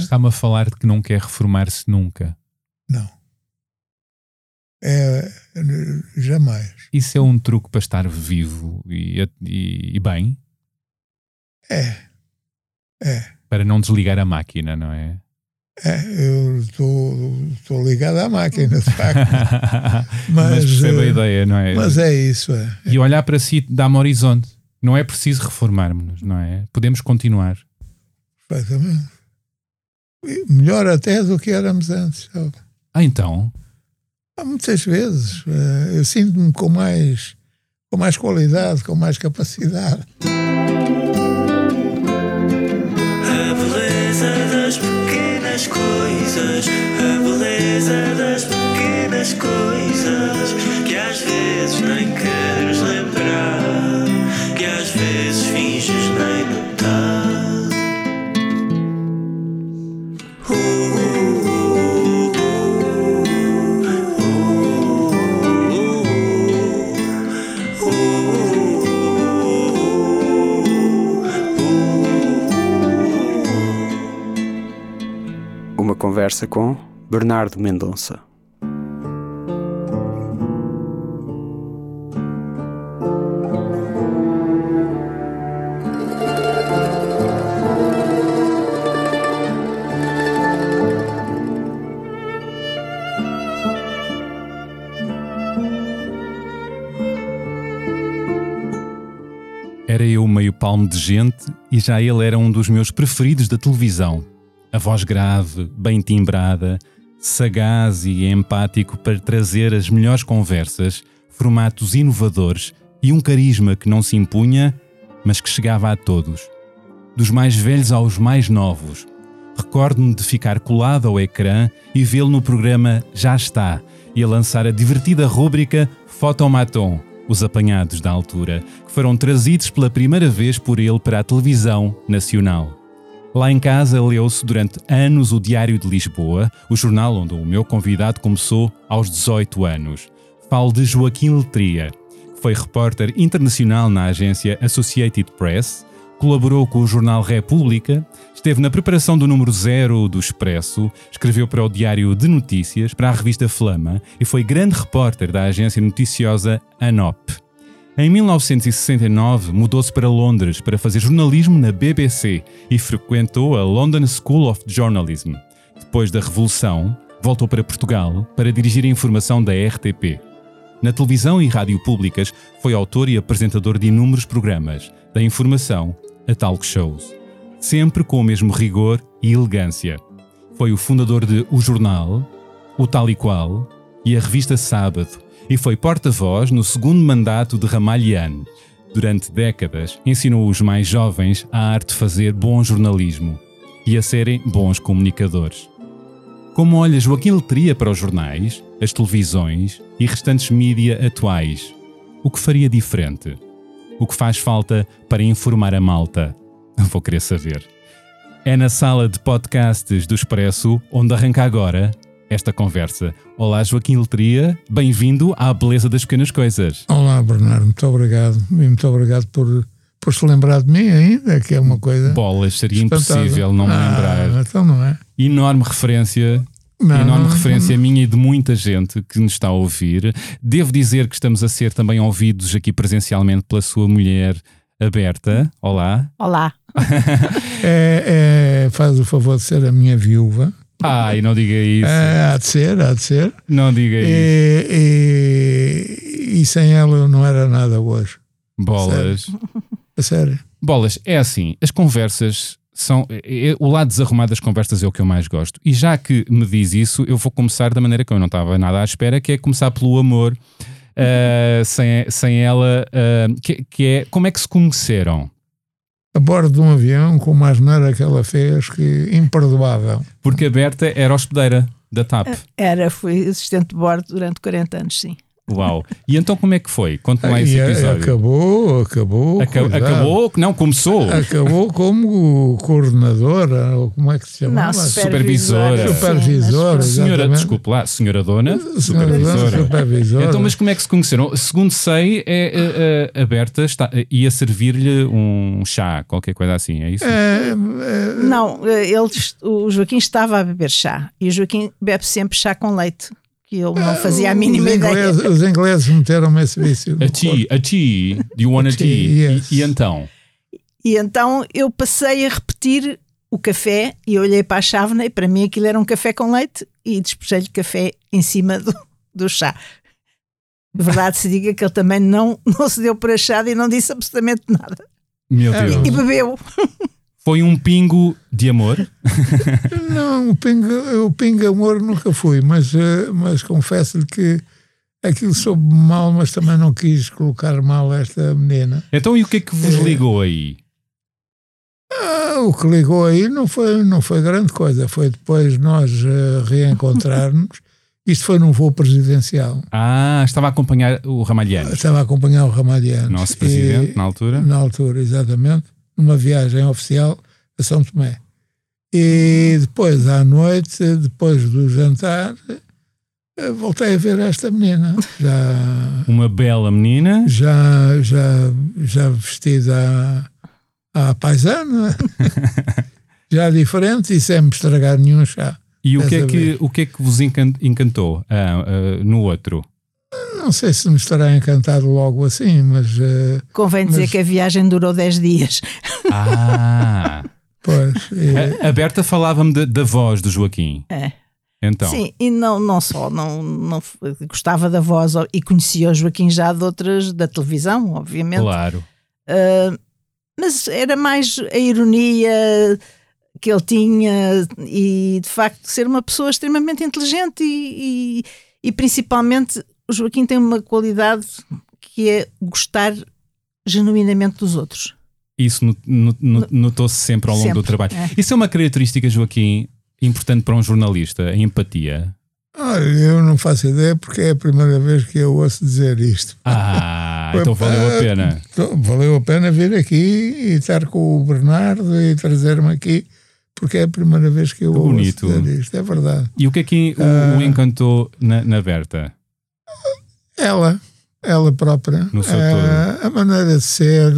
Está-me a falar de que não quer reformar-se nunca. Não. Jamais. Isso é um truque para estar vivo e bem? É. Para não desligar a máquina, não é? Eu estou ligado à máquina, de facto. Mas percebe a ideia, não é? Mas é isso. E olhar para si dá-me horizonte. Não é preciso reformarmos-nos, não é? Podemos continuar. Perfeitamente. Melhor até do que éramos antes, sabe? Então? Há muitas vezes. Eu sinto-me com mais qualidade, com mais capacidade. A beleza das pequenas coisas, a beleza das pequenas coisas, que às vezes nem queres lembrar, que às vezes finges nem notar. Uma conversa com Bernardo Mendonça. Era eu meio palmo de gente e já ele era um dos meus preferidos da televisão. A voz grave, bem timbrada, sagaz e empático para trazer as melhores conversas, formatos inovadores e um carisma que não se impunha, mas que chegava a todos. Dos mais velhos aos mais novos. Recordo-me de ficar colado ao ecrã e vê-lo no programa Já Está e a lançar a divertida rúbrica Fotomaton, os apanhados da altura, que foram trazidos pela primeira vez por ele para a televisão nacional. Lá em casa leu-se durante anos o Diário de Lisboa, o jornal onde o meu convidado começou aos 18 anos. Falo de Joaquim Letria, que foi repórter internacional na agência Associated Press, colaborou com o jornal República, esteve na preparação do número 0 do Expresso, escreveu para o Diário de Notícias, para a revista Flama e foi grande repórter da agência noticiosa ANOP. Em 1969 mudou-se para Londres para fazer jornalismo na BBC e frequentou a London School of Journalism. Depois da Revolução, voltou para Portugal para dirigir a informação da RTP. Na televisão e rádio públicas foi autor e apresentador de inúmeros programas, da informação a talk shows. Sempre com o mesmo rigor e elegância. Foi o fundador de O Jornal, O Tal e Qual e a revista Sábado, e foi porta-voz no segundo mandato de Ramalhian. Durante décadas, ensinou os mais jovens a arte de fazer bom jornalismo e a serem bons comunicadores. Como olha Joaquim Letria para os jornais, as televisões e restantes mídia atuais? O que faria diferente? O que faz falta para informar a malta? Vou querer saber. É na sala de podcasts do Expresso onde arranca agora esta conversa. Olá, Joaquim Letria, bem-vindo à beleza das pequenas coisas. Olá, Bernardo, muito obrigado. E muito obrigado por se lembrar de mim ainda, que é uma coisa... Bolas, seria espantosa. impossível não me lembrar. Então não é? Enorme referência... referência minha e de muita gente que nos está a ouvir. Devo dizer que estamos a ser também ouvidos aqui presencialmente pela sua mulher, a Berta. Olá. Olá. Faz o favor de ser a minha viúva. Ai, não diga isso. Há de ser. Não diga isso. E sem ela eu não era nada hoje. Bolas. A sério. Bolas, é assim, as conversas são... O lado desarrumado das conversas é o que eu mais gosto. E já que me diz isso, eu vou começar da maneira que eu não estava nada à espera, que é começar pelo amor. Sem ela, que é como é que se conheceram? A bordo de um avião com uma asneira que ela fez, que imperdoável. Porque a Berta era hospedeira da TAP. Fui assistente de bordo durante 40 anos, sim. Uau! E então como é que foi? Conta lá esse E episódio. acabou. Acabou? Não, começou. Acabou como coordenadora, ou como é que se chama? Não, Supervisora. Supervisora. Senhora, exatamente. desculpe lá, senhora dona, Senhora supervisora. supervisora. Então, mas como é que se conheceram? Segundo sei, a Berta ia servir-lhe um chá, qualquer coisa assim, é isso? Não, o Joaquim estava a beber chá e o Joaquim bebe sempre chá com leite, que ele não fazia a mínima ideia. Os ingleses meteram-me esse vício. A tea, do you want a tea? Yes. E então? E então eu passei a repetir o café e olhei para a chávena e para mim aquilo era um café com leite e despejei-lhe café em cima do chá. De verdade se diga que ele também não se deu por achado e não disse absolutamente nada. Meu Deus. E bebeu. Foi um pingo de amor? Não, o pingo amor nunca fui, mas confesso-lhe que aquilo soube mal, mas também não quis colocar mal esta menina. Então e o que é que vos ligou aí? O que ligou aí não foi grande coisa, foi depois nós reencontrarmos. Isto foi num voo presidencial. Estava a acompanhar o Ramalhianos. Estava a acompanhar o Ramalhianos. Nosso presidente, na altura. Na altura, exatamente. Numa viagem oficial a São Tomé. E depois, à noite, depois do jantar, voltei a ver esta menina. Uma bela menina. Já vestida à paisana. Já diferente e sem me estragar nenhum chá. E o que é que vos encantou no outro? Não sei se me estará encantado logo assim, mas... Convém dizer que a viagem durou 10 dias. Pois. A Berta falava-me da voz do Joaquim. É. Então. Sim, e não só, não gostava da voz e conhecia o Joaquim já de outras, da televisão, obviamente. Claro. Mas era mais a ironia que ele tinha e de facto ser uma pessoa extremamente inteligente e principalmente o Joaquim tem uma qualidade que é gostar genuinamente dos outros. Isso notou-se sempre ao longo do trabalho. Isso é uma característica, Joaquim, importante para um jornalista, a empatia. Olha, eu não faço ideia porque é a primeira vez que eu ouço dizer isto. Então valeu a pena. Valeu a pena vir aqui e estar com o Bernardo e trazer-me aqui, porque é a primeira vez que eu ouço dizer isto, é verdade. E o que é que o encantou na Berta? Ela própria. No seu todo. A maneira de ser,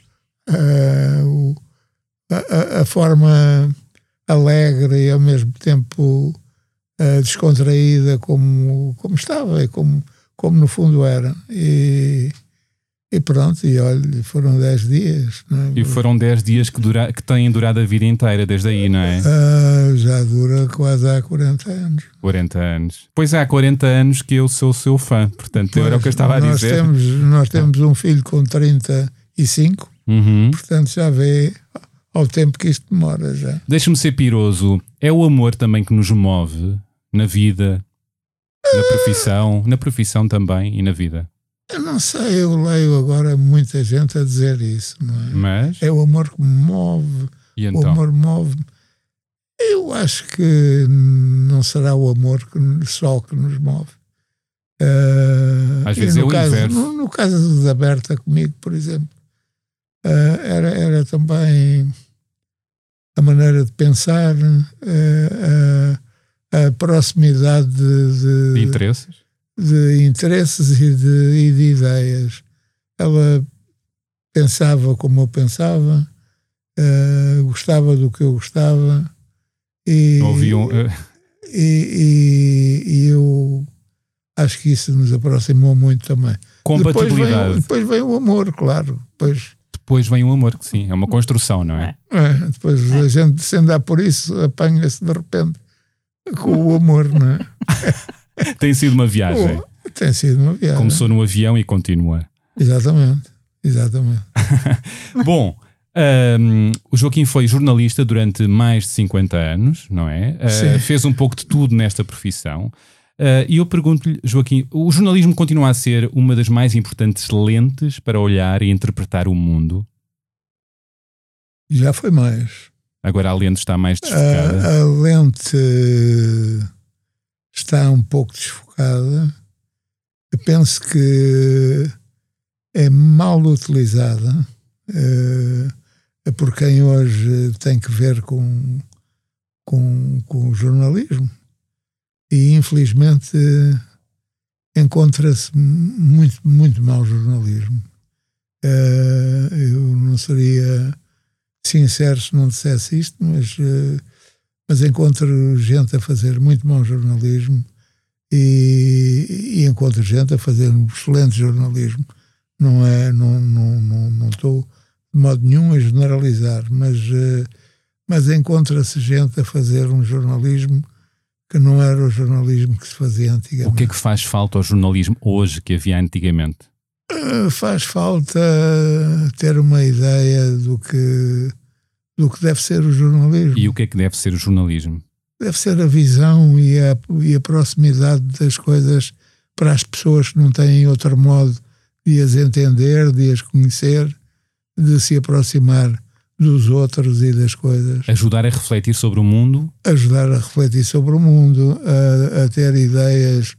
a forma alegre e ao mesmo tempo descontraída como estava e como no fundo era. E pronto, e olha, foram 10 dias. Não é? E foram 10 dias que têm durado a vida inteira desde aí, não é? Já dura quase há 40 anos. 40 anos. Pois há 40 anos que eu sou seu fã, portanto era o que eu estava a dizer. Nós temos um filho com 35, portanto já vê ao tempo que isto demora já. Deixa-me ser piroso. É o amor também que nos move na vida, na profissão também e na vida. Eu não sei, eu leio agora muita gente a dizer isso, não é? Mas? É o amor que me move. E então? O amor move-me. Eu acho que não será o amor só que nos move. Às vezes é o inverso. No caso da Berta comigo, por exemplo, era também a maneira de pensar, a proximidade de interesses? De interesses e de ideias. Ela pensava como eu pensava, gostava do que eu gostava e eu acho que isso nos aproximou muito também. Compatibilidade. Depois vem o amor, claro. Depois vem o amor, que sim, é uma construção, não é? Depois a gente, se andar por isso, apanha-se de repente com o amor, não é? Tem sido uma viagem. Tem sido uma viagem. Começou no avião e continua. Exatamente. Bom, o Joaquim foi jornalista durante mais de 50 anos, não é? Fez um pouco de tudo nesta profissão. E eu pergunto-lhe, Joaquim, o jornalismo continua a ser uma das mais importantes lentes para olhar e interpretar o mundo? Já foi mais. Agora a lente está mais desfocada? A lente está um pouco desfocada eu penso que é mal utilizada por quem hoje tem que ver com o jornalismo. E, infelizmente, encontra-se muito mau jornalismo. Eu não seria sincero se não dissesse isto, mas encontro gente a fazer muito mau jornalismo e encontro gente a fazer um excelente jornalismo. Não estou de modo nenhum a generalizar, mas encontra-se gente a fazer um jornalismo que não era o jornalismo que se fazia antigamente. O que é que faz falta ao jornalismo hoje que havia antigamente? Faz falta ter uma ideia do que deve ser o jornalismo. E o que é que deve ser o jornalismo? Deve ser a visão e a proximidade das coisas para as pessoas que não têm outro modo de as entender, de as conhecer, de se aproximar dos outros e das coisas. Ajudar a refletir sobre o mundo? Ajudar a refletir sobre o mundo, a ter ideias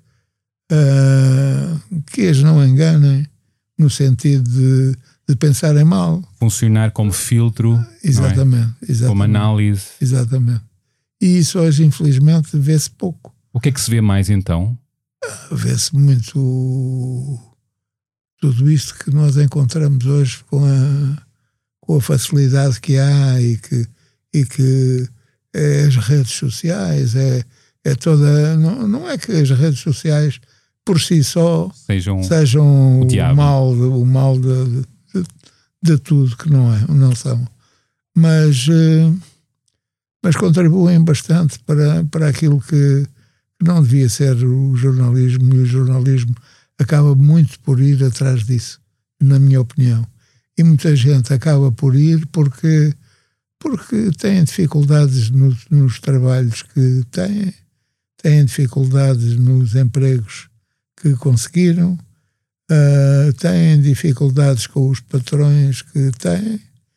que as não enganem, no sentido de pensarem mal. Funcionar como filtro, exatamente, como análise. Exatamente. E isso hoje, infelizmente, vê-se pouco. O que é que se vê mais, então? Vê-se muito tudo isto que nós encontramos hoje com a facilidade que há e que as redes sociais, é toda... Não é que as redes sociais por si só sejam o mal de tudo, que não são. Mas contribuem bastante para aquilo que não devia ser o jornalismo, e o jornalismo acaba muito por ir atrás disso, na minha opinião. E muita gente acaba por ir porque têm dificuldades nos trabalhos que têm dificuldades nos empregos que conseguiram, têm dificuldades com os patrões que têm,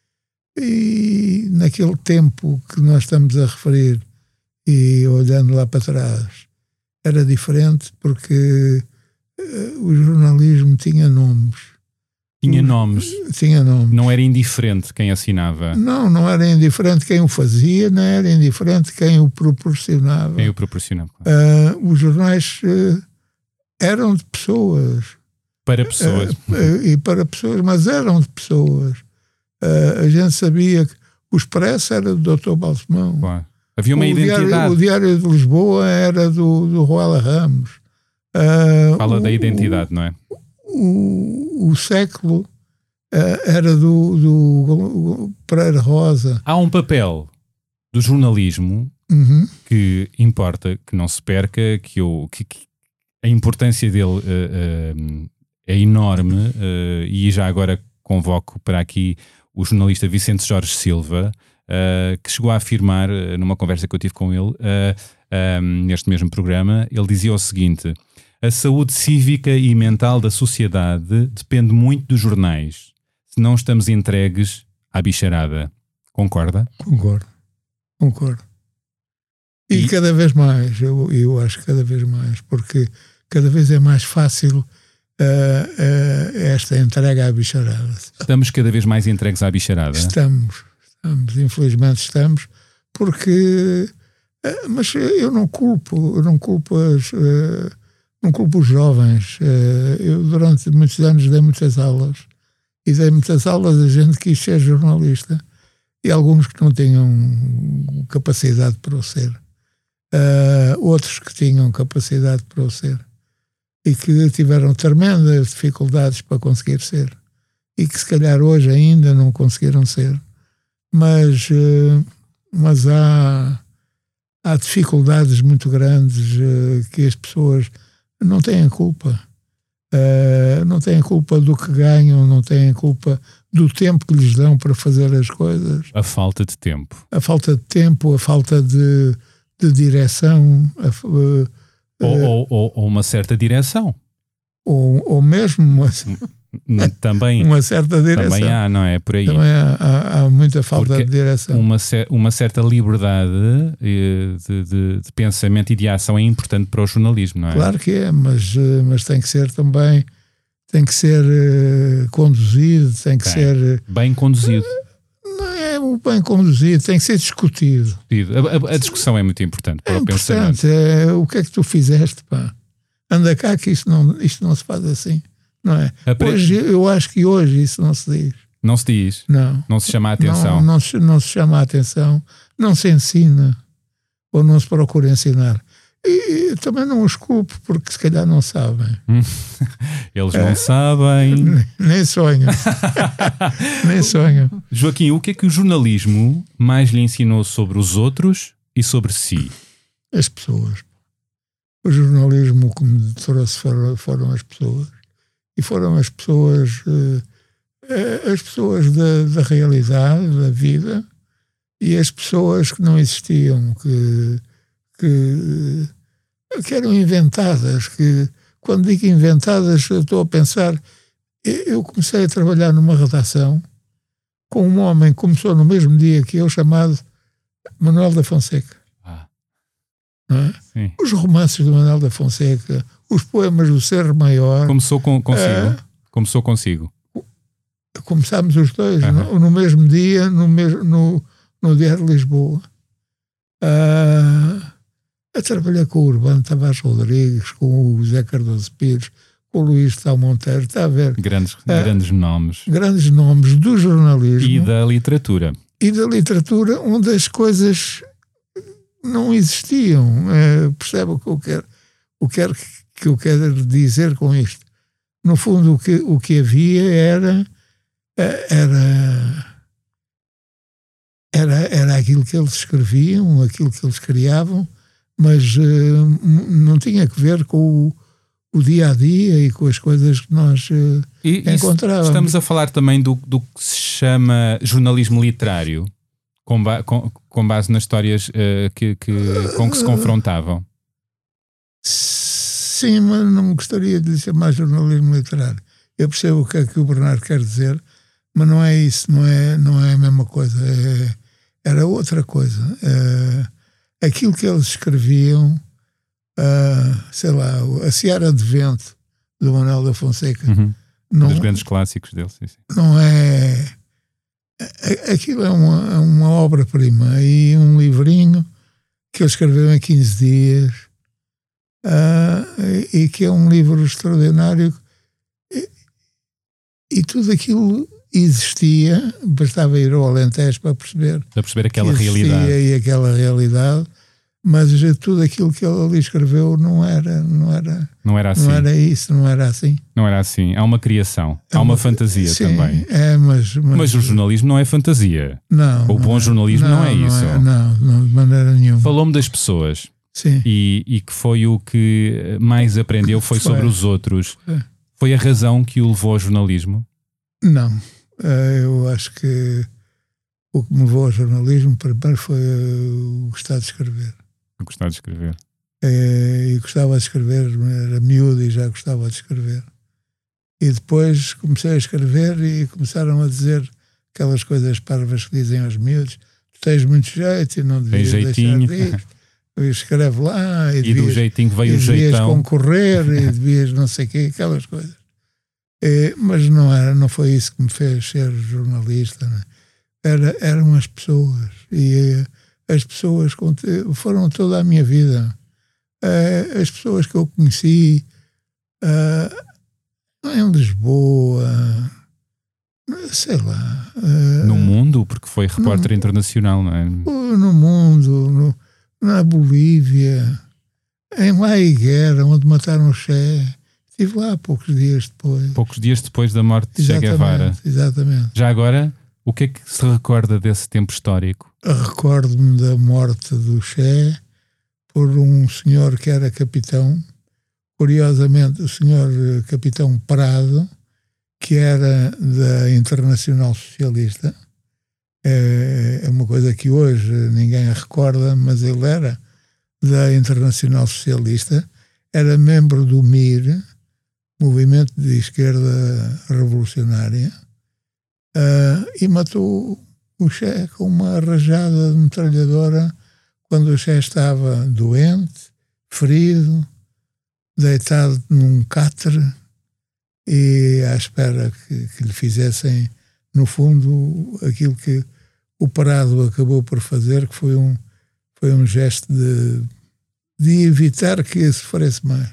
e naquele tempo que nós estamos a referir e olhando lá para trás era diferente, porque o jornalismo tinha nomes. Tinha nomes. Não era indiferente quem assinava. Não era indiferente quem o fazia, não era indiferente quem o proporcionava. Claro. Os jornais eram de pessoas. Para pessoas. E para pessoas, mas eram de pessoas. A gente sabia que o Expresso era do Dr. Balsemão. Claro. Havia uma identidade. O Diário de Lisboa era do Ruela Ramos. Fala da identidade, não é? O Século era do Pereira Rosa. Há um papel do jornalismo que importa que não se perca, que a importância dele é enorme, e já agora convoco para aqui o jornalista Vicente Jorge Silva, que chegou a afirmar, numa conversa que eu tive com ele, neste mesmo programa, ele dizia o seguinte: a saúde cívica e mental da sociedade depende muito dos jornais, se não estamos entregues à bicharada. Concorda? Concordo. E cada vez mais, eu acho que cada vez mais, porque cada vez é mais fácil esta entrega à bicharada. Estamos cada vez mais entregues à bicharada? Estamos, infelizmente estamos, porque... Mas eu não culpo os jovens. Eu durante muitos anos dei muitas aulas, e dei muitas aulas a gente que quis ser jornalista, e alguns que não tinham capacidade para o ser. Outros que tinham capacidade para o ser, e que tiveram tremendas dificuldades para conseguir ser, e que se calhar hoje ainda não conseguiram ser, mas há dificuldades muito grandes que as pessoas não têm culpa. Não têm culpa do que ganham, não têm culpa do tempo que lhes dão para fazer as coisas. A falta de tempo. A falta de tempo, a falta de direção. Ou uma certa direção. Ou mesmo Também, uma certa direção. também há, não é? Por aí. Também há muita falta Porque de direção. uma certa liberdade de pensamento e de ação é importante para o jornalismo, não é? Claro que é, mas tem que ser também, tem que ser conduzido, tem que ser... Bem conduzido. Não é o bem conduzido, tem que ser discutido. A discussão é muito importante para o pensamento. Importante, o que é que tu fizeste, pá? Anda cá que isto não se faz assim, não é? Hoje, eu acho que hoje isso não se diz. Não se diz? Não se chama a atenção? Não se chama a atenção, não se ensina, ou não se procura ensinar. E também não os culpo, porque se calhar não sabem. Eles não sabem. Nem sonham. Nem sonham. Joaquim, o que é que o jornalismo mais lhe ensinou sobre os outros e sobre si? As pessoas. O jornalismo que me trouxe foram as pessoas. E foram as pessoas da realidade, da vida, e as pessoas que não existiam, que eram inventadas, que quando digo inventadas eu estou a pensar, eu comecei a trabalhar numa redação com um homem que começou no mesmo dia que eu, chamado Manuel da Fonseca. Não é? Sim. Os romances do Manuel da Fonseca, os poemas do Serra Maior. Começou consigo? Começou consigo? Começámos os dois no mesmo dia, no Diário de Lisboa. A trabalhar com o Urbano Tavares Rodrigues, com o Zé Cardoso Pires, com o Luís Tal Monteiro, está a ver? Grandes nomes. Grandes nomes do jornalismo. E da literatura. Onde as coisas não existiam. Percebe o que eu quero dizer com isto? No fundo, o que havia era aquilo que eles escreviam, aquilo que eles criavam, mas não tinha que ver com o dia-a-dia e com as coisas que nós encontrávamos. Estamos a falar também do que se chama jornalismo literário, com base nas histórias com que se confrontavam. Sim, mas não gostaria de lhe chamar jornalismo literário. Eu percebo o que é que o Bernardo quer dizer, mas não é isso, não é a mesma coisa, era outra coisa. Aquilo que eles escreviam, sei lá, a Seara de Vento, do Manuel da Fonseca, dos grandes clássicos dele, sim. Não é... Aquilo é uma obra-prima, e um livrinho que ele escreveu em 15 dias, e que é um livro extraordinário, e tudo aquilo existia, bastava ir ao Alentejo para perceber aquela realidade. E aquela realidade, mas tudo aquilo que ele ali escreveu não era assim. Não era isso, não era assim. Não era assim. Há uma criação, há uma fantasia, sim, também. Mas o jornalismo não é fantasia. Não. O bom jornalismo não é isso. Não, de maneira nenhuma. Falou-me das pessoas. Sim. E que foi o que mais aprendeu foi sobre os outros. Foi a razão que o levou ao jornalismo? Não. Eu acho que o que me levou ao jornalismo primeiro foi o gostar de escrever. Gostar de escrever. E gostava de escrever, era miúdo e já gostava de escrever. E depois comecei a escrever e começaram a dizer aquelas coisas parvas que dizem aos miúdos: tu tens muito jeito e não devias deixar disto. Escreve lá e do jeitinho veio o jeitão. Devias concorrer e devias não sei o quê, aquelas coisas. Mas não foi isso que me fez ser jornalista, né? Eram as pessoas, e as pessoas foram toda a minha vida. As pessoas que eu conheci em Lisboa, sei lá. No mundo, porque foi repórter internacional, não é? No mundo, na Bolívia, em La Higuera, onde mataram o Che. Estive lá poucos dias depois. Poucos dias depois da morte de Che Guevara. Exatamente. Já agora, o que é que se recorda desse tempo histórico? Recordo-me da morte do Che por um senhor que era capitão. Curiosamente, o senhor capitão Prado, que era da Internacional Socialista. É uma coisa que hoje ninguém recorda, mas ele era da Internacional Socialista, era membro do MIR, movimento de esquerda revolucionária, e matou o Che com uma rajada de metralhadora quando o Che estava doente, ferido, deitado num catre e à espera que lhe fizessem, no fundo, aquilo que o Prado acabou por fazer, que foi um gesto de evitar que sofresse mais.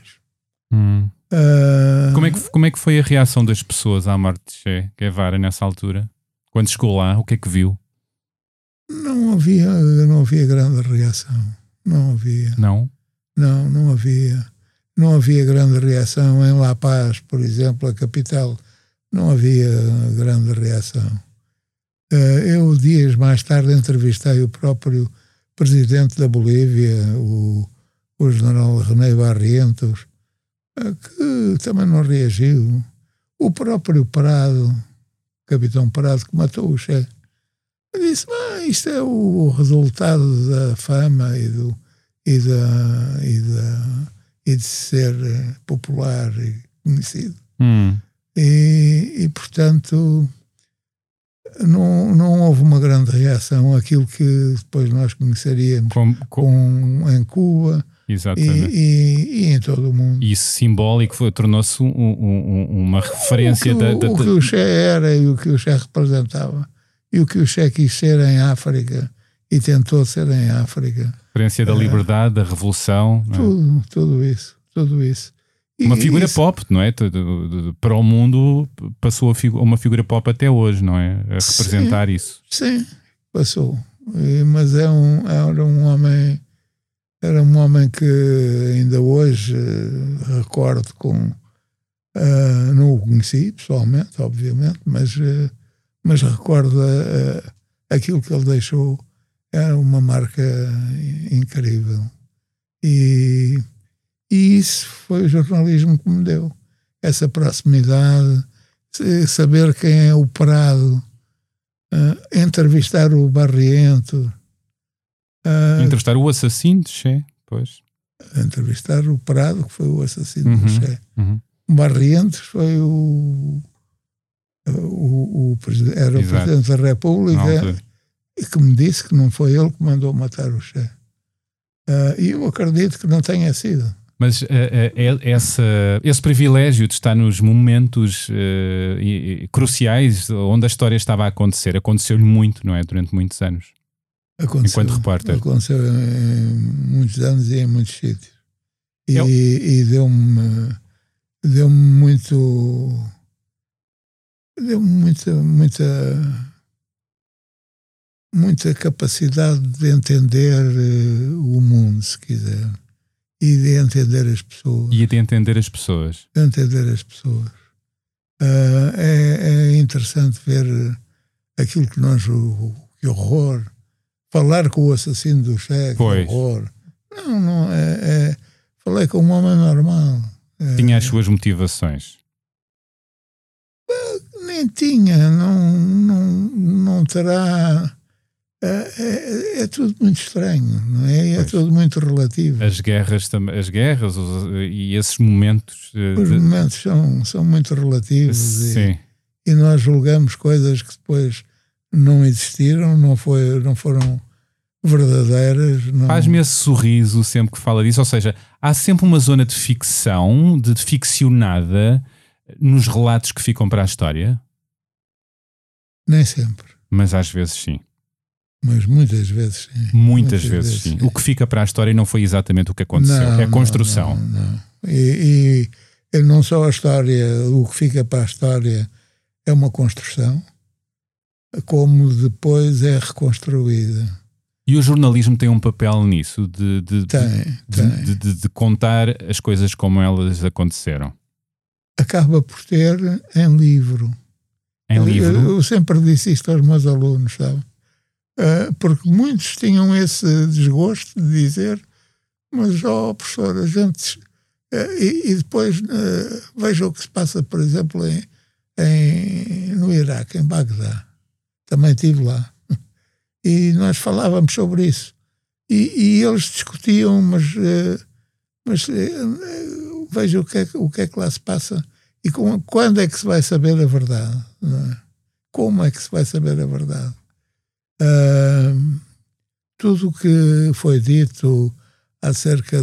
Como é que foi a reação das pessoas à morte de Che Guevara nessa altura? Quando chegou lá, o que é que viu? Não havia grande reação. Não havia. Não? Não havia. Não havia grande reação. Em La Paz, por exemplo, a capital, não havia grande reação. Eu, dias mais tarde, entrevistei o próprio presidente da Bolívia, o general René Barrientos, que também não reagiu. O próprio Prado, capitão Prado, que matou o Che, disse: isto é o resultado da fama e de ser popular e conhecido. E portanto, não houve uma grande reação àquilo que depois nós conheceríamos em Cuba. Exatamente. E em todo o mundo. E isso simbólico tornou-se uma referência o que o Che era e o que o Che representava e o que o Che quis ser em África e tentou ser em África. Referência da liberdade, da revolução. Tudo isso. Uma figura pop, não é? Para o mundo passou uma figura pop até hoje, não é? A representar isso. Sim, passou. Mas era um homem que ainda hoje recordo não o conheci pessoalmente, obviamente, mas recordo aquilo que ele deixou. Era uma marca incrível. E isso foi o jornalismo que me deu. Essa proximidade, saber quem é o Prado, entrevistar o Barrientos. Entrevistar o assassino de Che, pois. Entrevistar o Prado, que foi o assassino do Che. O Barrientos foi era o Presidente da República, e que me disse que não foi ele que mandou matar o Che. E eu acredito que não tenha sido. Mas esse privilégio de estar nos momentos cruciais onde a história estava a acontecer, aconteceu-lhe muito, não é? Durante muitos anos. Enquanto repórter. Aconteceu em muitos anos e em muitos sítios. E deu-me muita capacidade de entender o mundo, se quiser. E de entender as pessoas. É interessante ver aquilo que que horror. Falar com o assassino do Che, que horror. Não, falei com um homem normal. Tinha as suas motivações. Nem tinha, não terá. É tudo muito estranho, não é? É tudo muito relativo. As guerras e esses momentos. Os momentos são muito relativos. Sim. E nós julgamos coisas que depois não existiram, não foram verdadeiras. Faz-me esse sorriso sempre que fala disso. Ou seja, há sempre uma zona de ficção, de ficcionada nos relatos que ficam para a história? Nem sempre. Mas às vezes sim. Mas muitas vezes sim. Muitas vezes sim. O que fica para a história não foi exatamente o que aconteceu. É a construção. Não. E não só a história, o que fica para a história é uma construção, como depois é reconstruída. E o jornalismo tem um papel nisso, de contar as coisas como elas aconteceram. Acaba por ter em livro. Eu sempre disse isto aos meus alunos, sabe? Porque muitos tinham esse desgosto de dizer: mas, professor, a gente... E depois veja o que se passa, por exemplo, no Iraque, em Bagdá. Também estive lá. E nós falávamos sobre isso. E eles discutiam, mas veja o que é que lá se passa. quando é que se vai saber a verdade? Não é? Como é que se vai saber a verdade? Tudo o que foi dito acerca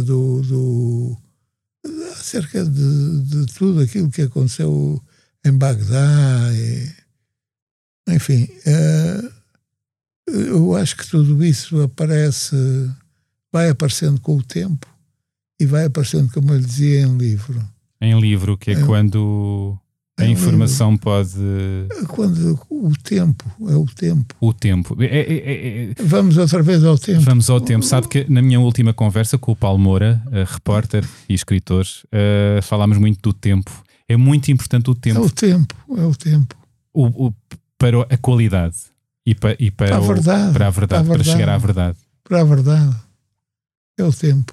acerca de tudo aquilo que aconteceu em Bagdá, enfim, eu acho que tudo isso vai aparecendo com o tempo e vai aparecendo, como eu dizia, em livro. Em livro, que é quando a informação pode... Quando o tempo, é o tempo. O tempo. Vamos outra vez ao tempo. Vamos ao tempo. Sabe que na minha última conversa com o Paulo Moura, repórter e escritor, falámos muito do tempo. É muito importante o tempo. É o tempo. Para a qualidade e para a verdade, para chegar à verdade. Para a verdade. É o tempo.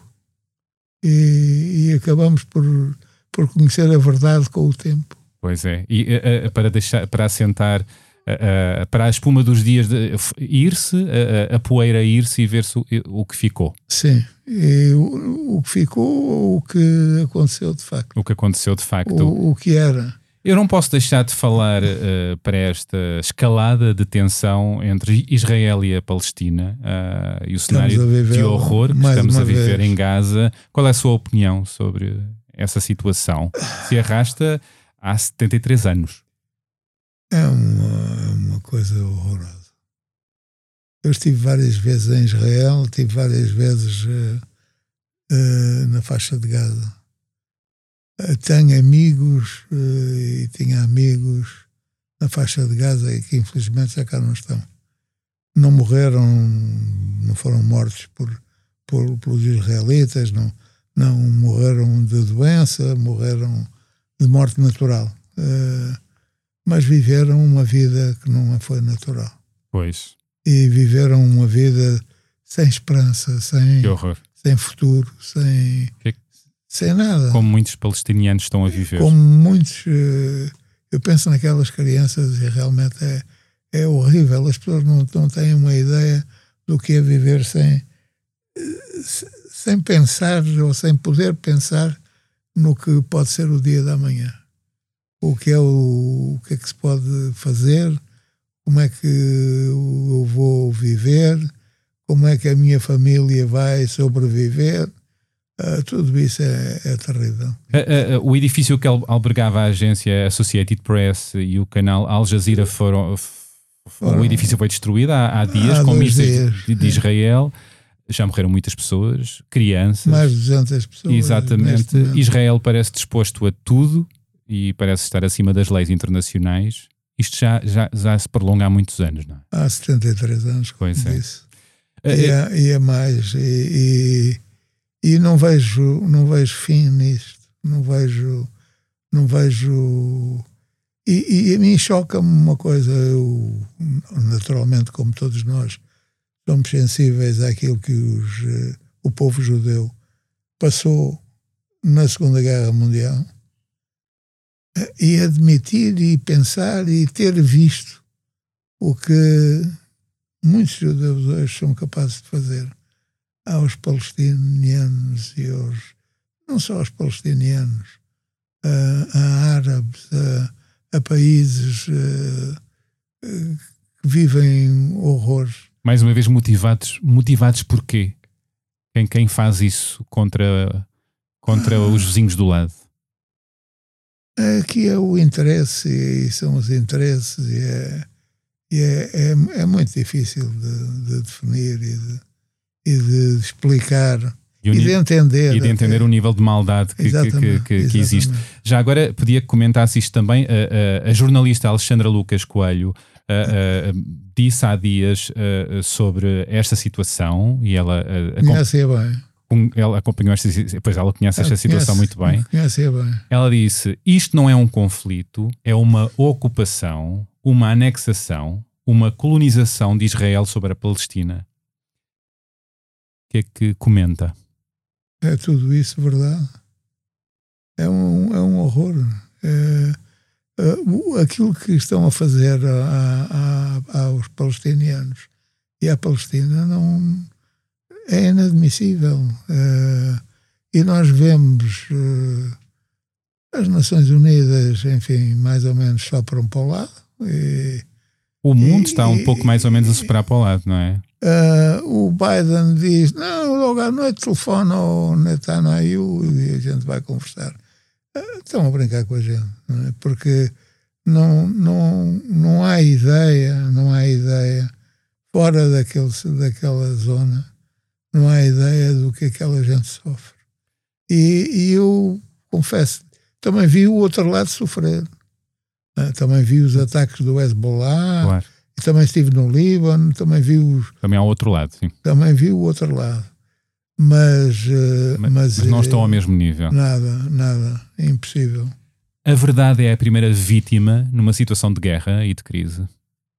E acabamos por conhecer a verdade com o tempo. Pois é. E para assentar, para a espuma dos dias ir-se, a poeira ir-se e ver-se o que ficou. Sim. E o que ficou, o que aconteceu de facto. O que aconteceu de facto. O que era. Eu não posso deixar de falar para esta escalada de tensão entre Israel e a Palestina e o cenário de horror que estamos a viver em Gaza. Qual é a sua opinião sobre essa situação? Se arrasta há 73 anos. É uma coisa horrorosa. Eu estive várias vezes em Israel, estive várias vezes na faixa de Gaza. Tenho amigos e tinha amigos na faixa de Gaza e que infelizmente já cá não estão. Não morreram, não foram mortos pelos israelitas, não morreram de doença, morreram de morte natural. Mas viveram uma vida que não foi natural. Pois. E viveram uma vida sem esperança, sem futuro, sem nada. Como muitos palestinianos estão a viver. Como muitos. Eu penso naquelas crianças e realmente é horrível. As pessoas não têm uma ideia do que é viver sem pensar ou sem poder pensar no que pode ser o dia da manhã. O que é que se pode fazer, como é que eu vou viver, como é que a minha família vai sobreviver. Tudo isso é terrível. O edifício que albergava a agência Associated Press e o canal Al Jazeera o edifício foi destruído há dias, com mísseis de Israel. Já morreram muitas pessoas, crianças. Mais de 200 pessoas. Exatamente. Israel parece disposto a tudo e parece estar acima das leis internacionais. Isto já se prolonga há muitos anos, não é? Há 73 anos, como disse. E é mais. E não vejo fim nisto. Não vejo. E a mim choca-me uma coisa. Eu, naturalmente, como todos nós, somos sensíveis àquilo que o povo judeu passou na Segunda Guerra Mundial, e admitir e pensar e ter visto o que muitos judeus hoje são capazes de fazer aos palestinianos e não só aos palestinianos, a árabes, a países que vivem horrores. Mais uma vez motivados por quê? Quem faz isso contra os vizinhos do lado? Aqui é o interesse e são os interesses e é muito difícil de definir e de explicar e de entender. E de entender o nível de maldade que existe. Já agora pedia que comentasse isto também. A jornalista Alexandra Lucas Coelho disse há dias sobre esta situação e ela conhece bem. Ela acompanhou ela conhece esta situação muito bem. Conhece bem. Ela disse: isto não é um conflito, é uma ocupação, uma anexação, uma colonização de Israel sobre a Palestina. O que é que comenta? É tudo isso verdade. É um horror. Aquilo que estão a fazer aos palestinianos e à Palestina não é inadmissível. E nós vemos As Nações Unidas, enfim, mais ou menos sopram para o lado. O mundo está um pouco mais ou menos a soprar para o lado, não é? O Biden diz, não, logo à noite telefona ao Netanyahu e a gente vai conversar. Estão a brincar com a gente, não é? Porque não há ideia, fora daquela zona, não há ideia do que aquela gente sofre. E eu confesso, também vi o outro lado sofrer. Também vi os ataques do Hezbollah, Claro. e também estive no Líbano, também vi Também ao outro lado, sim. também vi o outro lado. Mas não estão ao mesmo nível. Nada, é impossível. A verdade é a primeira vítima numa situação de guerra e de crise.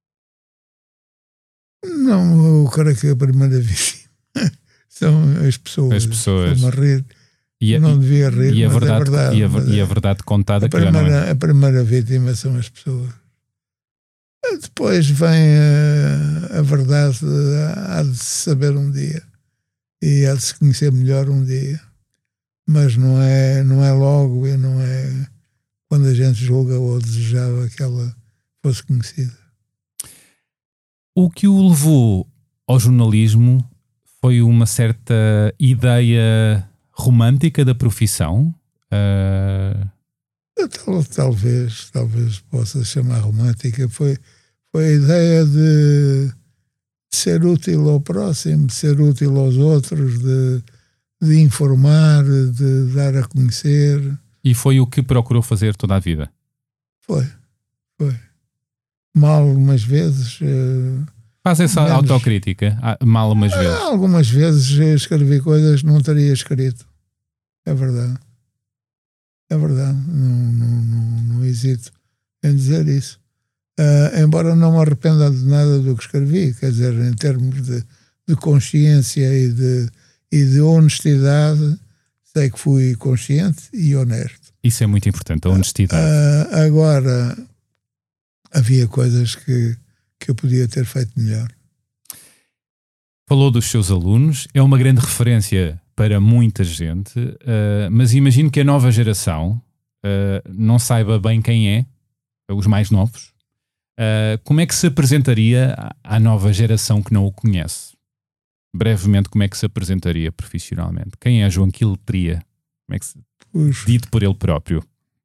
Não, eu creio que a primeira vítima são as pessoas. As pessoas. Estou-me a rir. E Não devia rir, e a mas verdade, é verdade. e a verdade contada A que já não é. primeira vítima são as pessoas. Depois vem a verdade, há de se saber um dia. E há de se conhecer melhor um dia. Mas não é logo e não é quando a gente julga ou desejava que ela fosse conhecida. O que o levou ao jornalismo foi uma certa ideia romântica da profissão? Talvez possa chamar romântica. Foi a ideia de ser útil ao próximo, de ser útil aos outros, de informar, de dar a conhecer. E foi o que procurou fazer toda a vida? Foi. Mal umas vezes. Faz essa menos. autocrítica, mal umas vezes. Algumas vezes escrevi coisas que não teria escrito. É verdade. Não hesito em dizer isso. Embora não me arrependa de nada do que escrevi, quer dizer, em termos de consciência e de honestidade, sei que fui consciente e honesto. Isso é muito importante, a honestidade. Agora, havia coisas que eu podia ter feito melhor. Falou dos seus alunos, é uma grande referência para muita gente, mas imagino que a nova geração não saiba bem quem é, os mais novos. Como é que se apresentaria à nova geração que não o conhece? Brevemente, como é que se apresentaria profissionalmente? Quem é João Quiltria? Como é que se... Dito por ele próprio.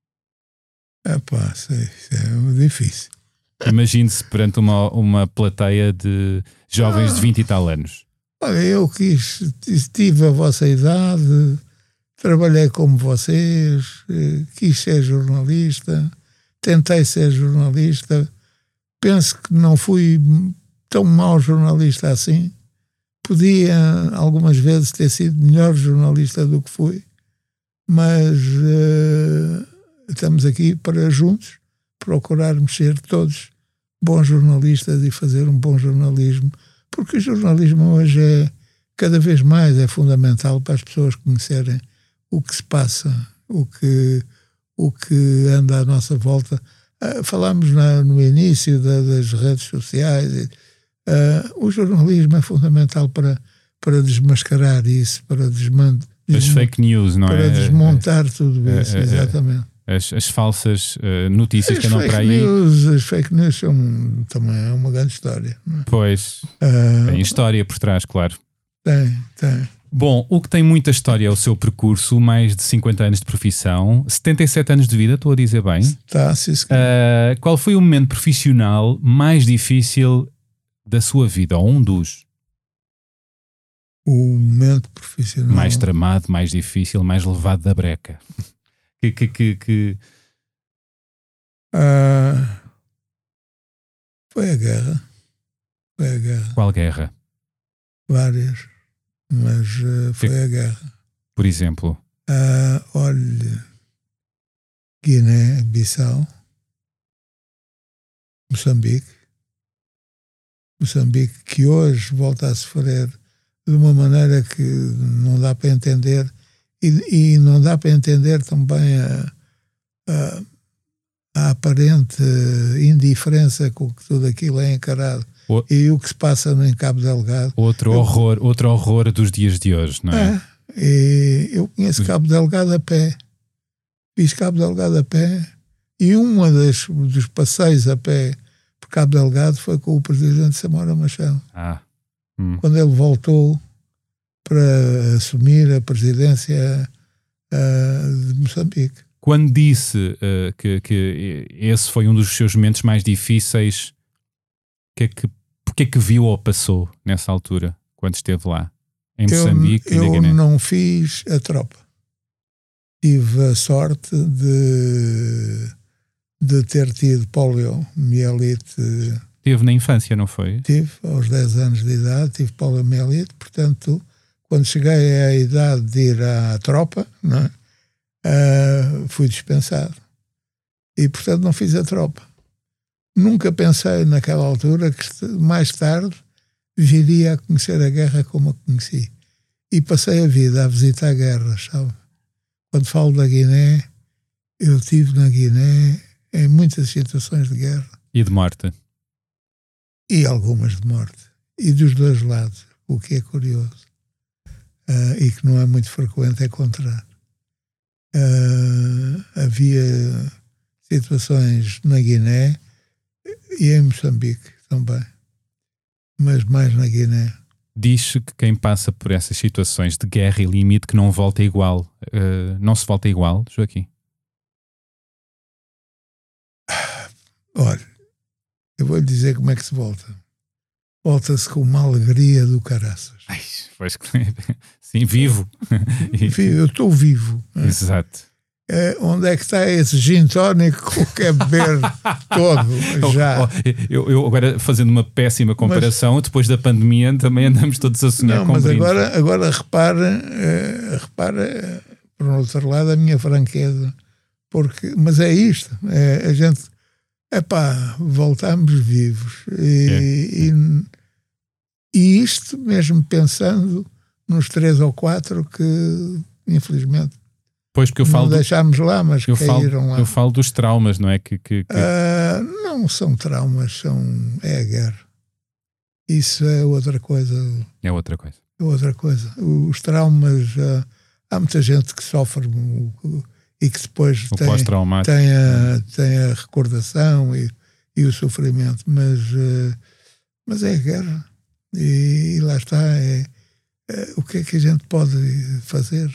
Isso é difícil. Imagine-se perante uma plateia de jovens de 20 e tal anos. Olha, eu tive a vossa idade, trabalhei como vocês, quis ser jornalista, tentei ser jornalista, penso que não fui tão mau jornalista assim. Podia algumas vezes ter sido melhor jornalista do que fui, mas estamos aqui para juntos procurarmos ser todos bons jornalistas e fazer um bom jornalismo, porque o jornalismo hoje cada vez mais é fundamental para as pessoas conhecerem o que se passa, o que anda à nossa volta. Falámos no início das redes sociais. O jornalismo é fundamental para desmascarar isso, para as fake news, não para é? desmontar tudo isso, exatamente. As falsas notícias que andam para aí. As fake news também é uma grande história. Não é? Pois, tem história por trás, claro. Tem. Bom, o que tem muita história é o seu percurso, mais de 50 anos de profissão, 77 anos de vida, estou a dizer bem. Está, sim, qual foi o momento profissional mais difícil da sua vida, ou um dos? O momento profissional mais tramado, mais difícil, mais levado da breca. Foi a guerra. Qual guerra? Várias, mas foi a guerra. Por exemplo? Olha, Guiné-Bissau, Moçambique, que hoje volta a sofrer de uma maneira que não dá para entender, e não dá para entender também a aparente indiferença com que tudo aquilo é encarado e o que se passa em Cabo Delgado. Outro horror dos dias de hoje, não é? E eu conheço Cabo Delgado a pé fiz Cabo Delgado a pé, e dos passeios a pé por Cabo Delgado foi com o presidente Samora Machel. Quando ele voltou para assumir a presidência de Moçambique. Quando disse que esse foi um dos seus momentos mais difíceis, porque é que viu ou passou nessa altura, quando esteve lá, em Moçambique e na Guiné? Eu não fiz a tropa. Tive a sorte de ter tido poliomielite. Teve na infância, não foi? Tive, aos 10 anos de idade, tive poliomielite, portanto, quando cheguei à idade de ir à tropa, não é? Fui dispensado. E, portanto, não fiz a tropa. Nunca pensei naquela altura que mais tarde viria a conhecer a guerra como a conheci. E passei a vida a visitar guerras, sabe? Quando falo da Guiné, eu estive na Guiné em muitas situações de guerra. E de morte. E algumas de morte. E dos dois lados, o que é curioso. E que não é muito frequente encontrar. Havia situações na Guiné e em Moçambique também. Mas mais na Guiné. Diz-se que quem passa por essas situações de guerra e limite que não volta igual. Não se volta igual, Joaquim? Olha, eu vou lhe dizer como é que se volta. Volta-se com uma alegria do caraças. Ai, pois, sim, vivo. Eu estou vivo. Exato. Onde é que está esse gin tónico que eu quero beber todo já? Eu agora, fazendo uma péssima comparação, depois da pandemia também andamos todos a sonhar com brindes. Mas agora repara, por outro lado, a minha franqueza. Mas é isto. A gente... voltamos vivos. E isto mesmo pensando nos 3 ou 4 que, infelizmente, pois, porque eu falo não deixámos lá, mas caíram lá. Eu falo dos traumas, não é? Não são traumas, é a guerra. Isso é outra coisa. É outra coisa. É outra coisa. Os traumas, há muita gente que sofre e que depois tem a recordação e o sofrimento, mas é a guerra. E lá está. O que é que a gente pode fazer?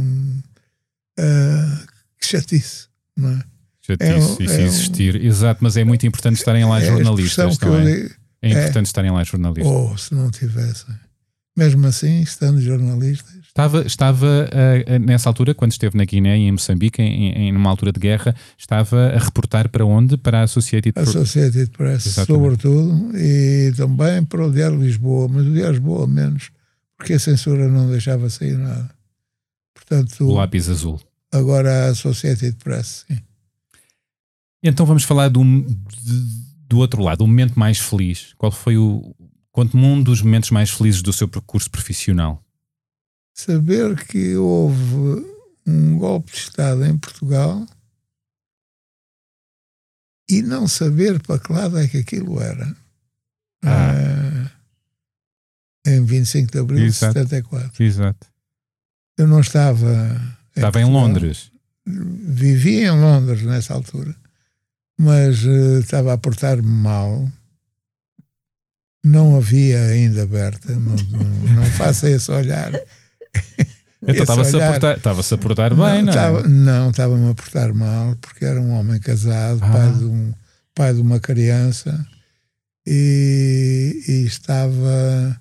Que chatice, não é? Chatice, isso existir. Exato, mas é muito importante estarem lá jornalistas, não é? É importante estarem lá jornalistas. Se não tivessem. Mesmo assim, estando jornalistas. Estava nessa altura, quando esteve na Guiné e em Moçambique, numa altura de guerra, estava a reportar para onde? Para a Associated Press. Associated Press, sobretudo, e também para o Diário de Lisboa, mas o Diário de Lisboa menos, porque a censura não deixava sair nada. Portanto, o lápis azul. Agora a Associated Press, sim. Então vamos falar do outro lado, o momento mais feliz. Qual foi conte-me um dos momentos mais felizes do seu percurso profissional? Saber que houve um golpe de Estado em Portugal e não saber para que lado é que aquilo era. Em 25 de abril de 74. Exato. Eu não estava... Estava em Londres. Vivia em Londres nessa altura, mas estava a portar-me mal. Não havia ainda aberta. Não faça esse olhar. Então estava-se a portar bem, não é? Não, estava-me a portar mal, porque era um homem casado, pai de uma criança, e estava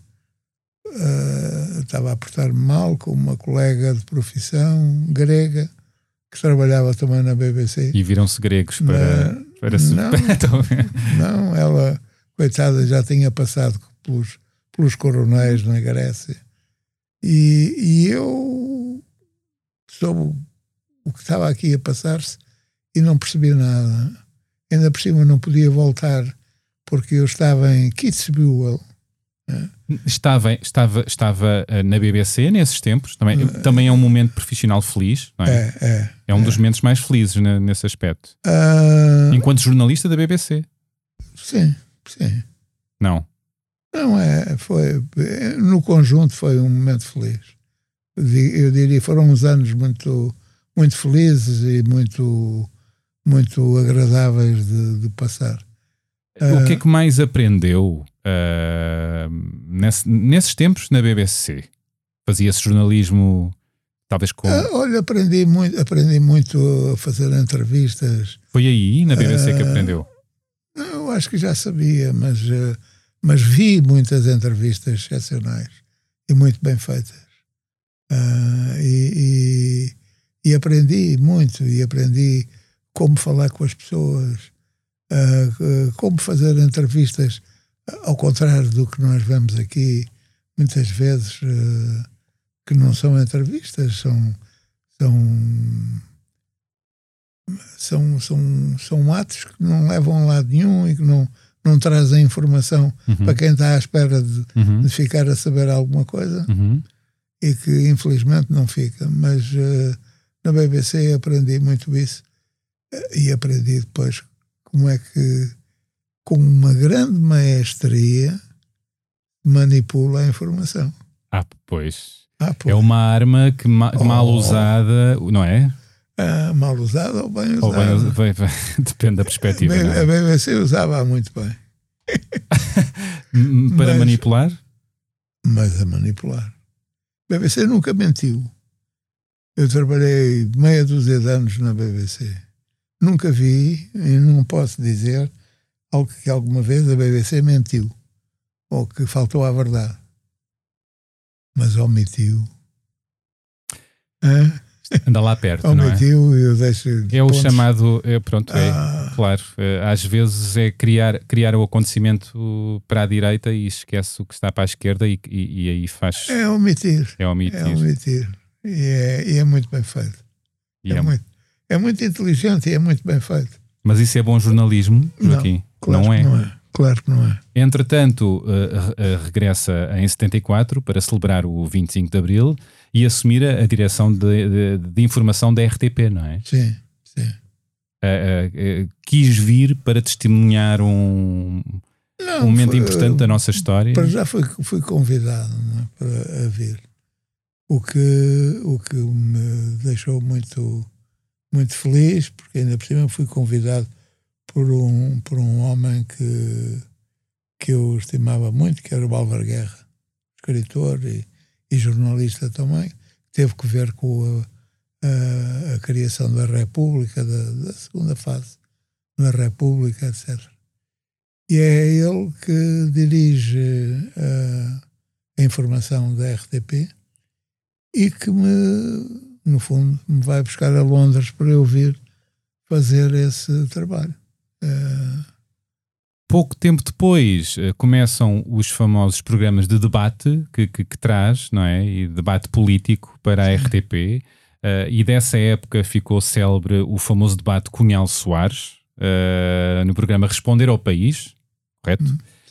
a portar-me mal com uma colega de profissão grega que trabalhava também na BBC. E viram-se gregos para não, ela, coitada, já tinha passado pelos coronéis na Grécia. E eu soube o que estava aqui a passar-se e não percebi nada. Ainda por cima não podia voltar porque eu estava em Kitzbühel. Estava na BBC nesses tempos. Também é um momento profissional feliz, não é? É um dos momentos mais felizes nesse aspecto. Enquanto jornalista da BBC. Sim. Não, foi, no conjunto foi um momento feliz. Eu diria, foram uns anos muito, muito felizes e muito, muito agradáveis de passar. O que é que mais aprendeu nesses tempos na BBC? Fazia-se jornalismo, talvez com... Olha, aprendi muito a fazer entrevistas. Foi aí, na BBC, que aprendeu? Eu acho que já sabia, mas vi muitas entrevistas excepcionais e muito bem feitas. E aprendi muito, e aprendi como falar com as pessoas, como fazer entrevistas, ao contrário do que nós vemos aqui, muitas vezes, que não são entrevistas, são atos que não levam a lado nenhum e que não trazem informação para quem está à espera de ficar a saber alguma coisa, e que infelizmente não fica. Mas na BBC aprendi muito isso, e aprendi depois como é que, com uma grande maestria, manipula a informação. Pois. É uma arma que mal usada, não é? Mal usada ou bem usada? Depende da perspectiva. A BBC usava muito bem. Para manipular? Mas a manipular. A BBC nunca mentiu. Eu trabalhei meia dúzia de anos na BBC. Nunca vi, e não posso dizer, que alguma vez a BBC mentiu, ou que faltou à verdade. Mas omitiu. Anda lá perto, omitiu, não é? Eu deixo é o chamado, claro, às vezes é criar o acontecimento para a direita e esquece o que está para a esquerda e aí faz... É omitir. E é muito bem feito. É muito inteligente e é muito bem feito. Mas isso é bom jornalismo, Joaquim? Não é. Claro que não é. Entretanto, regressa em 74 para celebrar o 25 de Abril e assumir a direção de informação da RTP, não é? Sim. Quis vir para testemunhar um momento importante da nossa história. Para já fui convidado, não é, para vir. O que me deixou muito, muito feliz, porque ainda por cima fui convidado por um homem que eu estimava muito, que era o Álvaro Guerra, escritor e jornalista também, que teve que ver com a criação da República, da segunda fase da República, etc. E é ele que dirige a informação da RTP e que no fundo, me vai buscar a Londres para eu vir fazer esse trabalho. Pouco tempo depois começam os famosos programas de debate que traz, não é? E debate político para a RTP. E dessa época ficou célebre o famoso debate Cunhal-Soares, no programa Responder ao País, correto?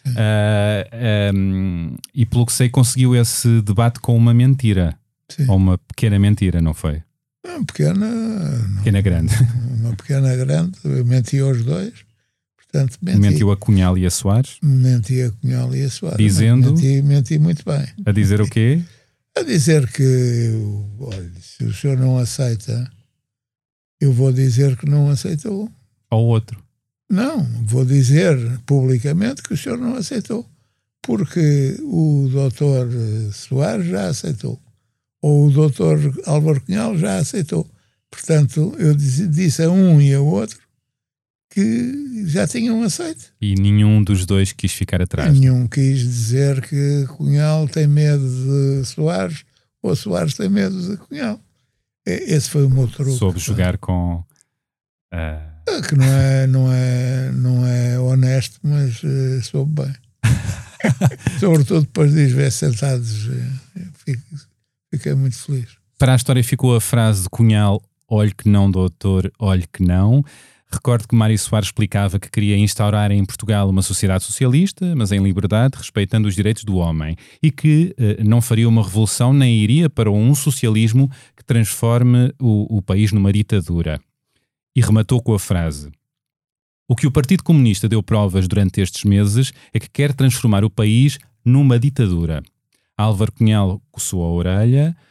E pelo que sei, conseguiu esse debate com uma mentira. Sim. Ou uma pequena mentira, não foi? Uma pequena grande. Uma pequena grande. Eu menti aos dois. Portanto, mentiu a Cunhal e a Soares? Menti a Cunhal e a Soares. Dizendo? Menti muito bem. A dizer o quê? A dizer que, olha, se o senhor não aceita, eu vou dizer que não aceitou. Ao outro? Não, vou dizer publicamente que o senhor não aceitou. Porque o doutor Soares já aceitou. Ou o doutor Álvaro Cunhal já aceitou. Portanto, eu disse a um e a outro que já tinham aceito. E nenhum dos dois quis ficar atrás? Nenhum quis dizer que Cunhal tem medo de Soares ou Soares tem medo de Cunhal. Esse foi o meu truque. Soube jogar com... Que não é honesto, mas soube bem. Sobretudo depois de os ver sentados, fiquei muito feliz. Para a história ficou a frase de Cunhal: olhe que não, doutor, olhe que não. Recordo que Mário Soares explicava que queria instaurar em Portugal uma sociedade socialista, mas em liberdade, respeitando os direitos do homem, e que não faria uma revolução nem iria para um socialismo que transforme o país numa ditadura. E rematou com a frase: o que o Partido Comunista deu provas durante estes meses é que quer transformar o país numa ditadura. Álvaro Cunhal coçou a orelha,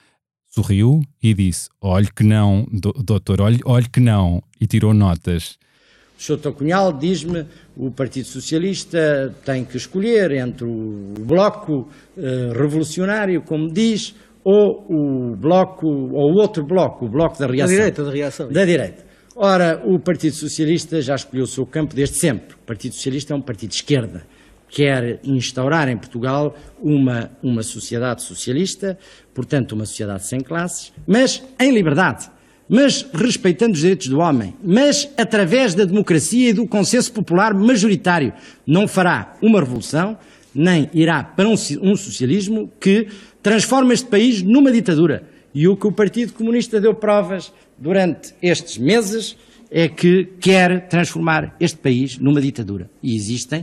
sorriu e disse: olhe que não, doutor, olhe que não, e tirou notas. O Sr. Dr. Cunhal diz-me o Partido Socialista tem que escolher entre o Bloco Revolucionário, como diz, ou o Bloco, ou o outro Bloco, o Bloco da Reação. Da reação. Da direita. Ora, o Partido Socialista já escolheu o seu campo desde sempre. O Partido Socialista é um partido de esquerda. Quer instaurar em Portugal uma sociedade socialista, portanto uma sociedade sem classes, mas em liberdade, mas respeitando os direitos do homem, mas através da democracia e do consenso popular majoritário. Não fará uma revolução, nem irá para um socialismo que transforma este país numa ditadura. E o que o Partido Comunista deu provas durante estes meses é que quer transformar este país numa ditadura. E existem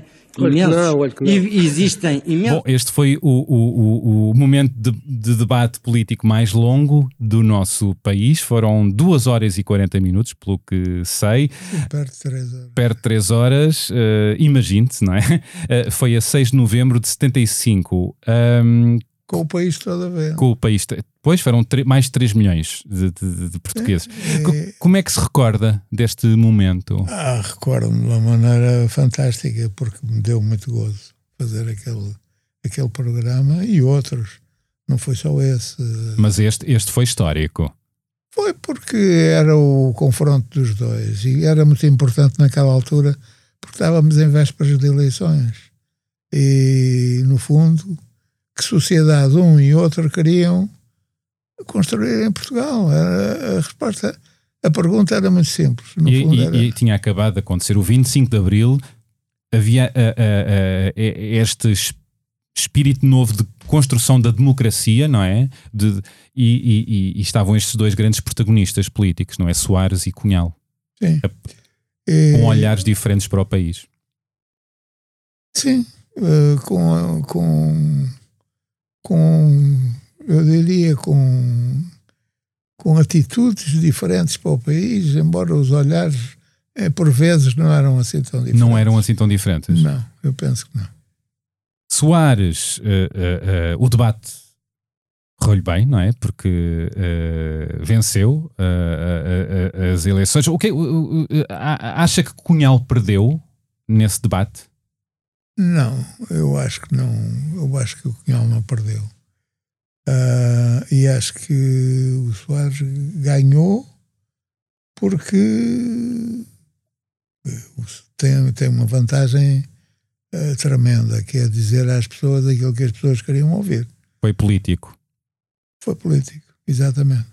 imensos. Bom, este foi o momento de debate político mais longo do nosso país. Foram 2 horas e 40 minutos, pelo que sei. Perto de 3 horas. Perto de 3 horas, imagine-se, não é? Foi a 6 de novembro de 75. Com o país todo a ver. Com o país. Depois foram mais de 3 milhões de portugueses. Como é que se recorda deste momento? Recordo-me de uma maneira fantástica, porque me deu muito gozo fazer aquele programa e outros. Não foi só esse. Mas este foi histórico. Foi porque era o confronto dos dois e era muito importante naquela altura porque estávamos em vésperas de eleições. E, no fundo, que sociedade um e outro queriam construir em Portugal. A resposta, a pergunta era muito simples. E tinha acabado de acontecer o 25 de Abril, havia este espírito novo de construção da democracia, não é? E estavam estes 2 grandes protagonistas políticos, não é? Soares e Cunhal. Sim. Com olhares diferentes para o país. Sim. Eu diria, com atitudes diferentes para o país, embora os olhares, por vezes, não eram assim tão diferentes. Não eram assim tão diferentes? Não, eu penso que não. Soares, o debate correu-lhe bem, não é? Porque venceu as eleições. Acha que Cunhal perdeu nesse debate? Não, eu acho que não. Eu acho que o Cunhal não perdeu. E acho que o Soares ganhou porque tem uma vantagem tremenda, que é dizer às pessoas aquilo que as pessoas queriam ouvir. Foi político. Foi político, exatamente.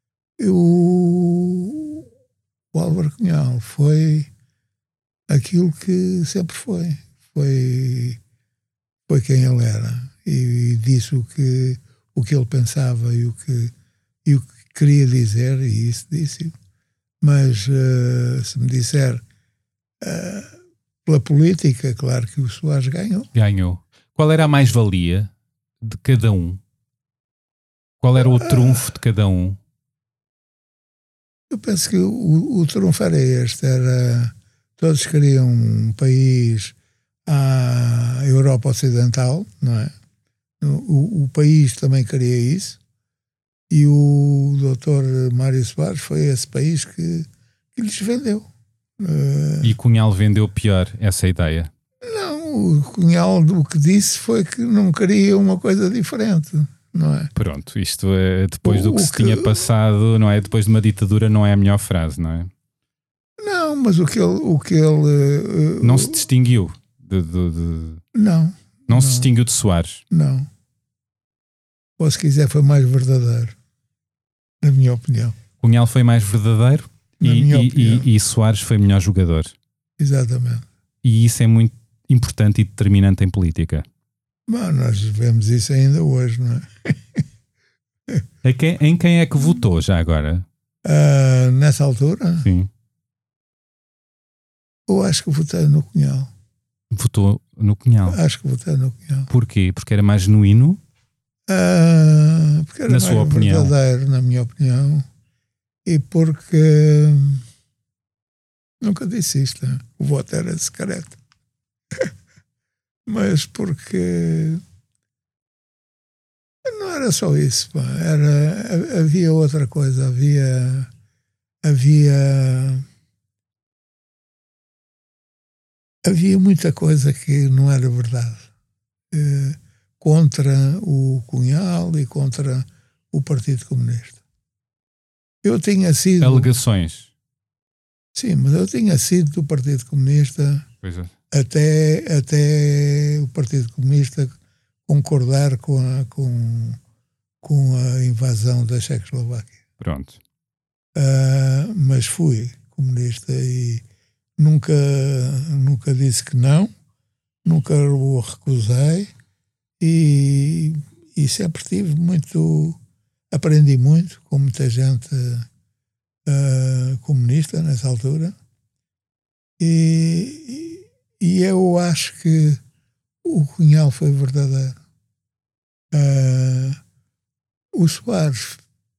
O Álvaro Cunhal foi aquilo que sempre foi. Foi quem ele era e disse o que ele pensava e o que queria dizer, e isso disse. Mas se me disser pela política, claro que o Soares ganhou. Ganhou. Qual era a mais-valia de cada um? Qual era o trunfo de cada um? Eu penso que o trunfo era este, todos queriam um país à Europa Ocidental, não é? O país também queria isso, e o Dr. Mário Soares foi esse país que lhes vendeu. E Cunhal vendeu pior essa ideia? Não, o Cunhal o que disse foi que não queria uma coisa diferente, não é? Pronto, isto é depois do que se tinha passado, não é? Depois de uma ditadura não é a melhor frase, não é? Não, mas o que ele não se distinguiu Não se distinguiu de Soares? Não. Ou se quiser foi mais verdadeiro, na minha opinião. Cunhal foi mais verdadeiro e Soares foi melhor jogador. Exatamente. E isso é muito importante e determinante em política. Bom, nós vemos isso ainda hoje, não é? Em quem é que votou já agora? Nessa altura? Sim. Eu acho que votei no Cunhal. Votou no Cunhal? Acho que votei no Cunhal. Porquê? Porque era mais genuíno? Porque era mais verdadeiro, na minha opinião. E porque nunca disse isto, né? O voto era secreto. Mas porque não era só isso. Pá. Havia outra coisa. Havia muita coisa que não era verdade. Contra o Cunhal e contra o Partido Comunista. Eu tinha sido... Alegações. Sim, mas eu tinha sido do Partido Comunista Pois é. até o Partido Comunista concordar com a invasão da Checoslováquia. Pronto. Mas fui comunista e nunca disse que não, nunca o recusei e sempre tive aprendi muito com muita gente comunista nessa altura e eu acho que o Cunhal foi verdadeiro. O Soares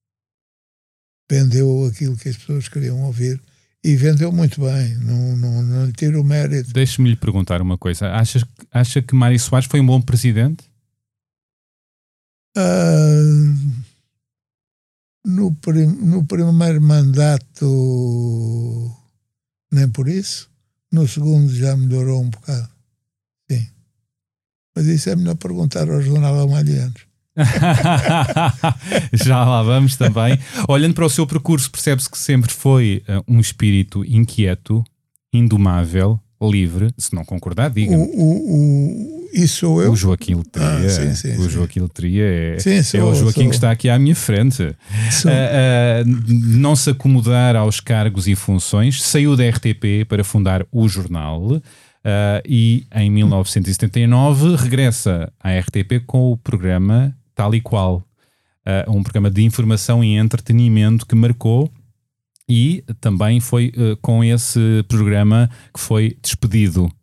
vendeu aquilo que as pessoas queriam ouvir e vendeu muito bem, não lhe tiro o mérito. Deixe-me lhe perguntar uma coisa. Acha que Mário Soares foi um bom presidente? No primeiro mandato nem por isso, no segundo já melhorou um bocado, sim, mas isso é melhor perguntar ao jornal Amalhianos. Já lá vamos também. Olhando para o seu percurso, percebe-se que sempre foi um espírito inquieto, indomável, livre. Se não concordar, diga-me. Isso sou eu? O Joaquim Letria. Sim. Joaquim Letria é sou, o Joaquim que está aqui à minha frente. Não se acomodar aos cargos e funções, saiu da RTP para fundar o jornal. E em 1979 regressa à RTP com o programa Tal e Qual, um programa de informação e entretenimento que marcou, e também foi com esse programa que foi despedido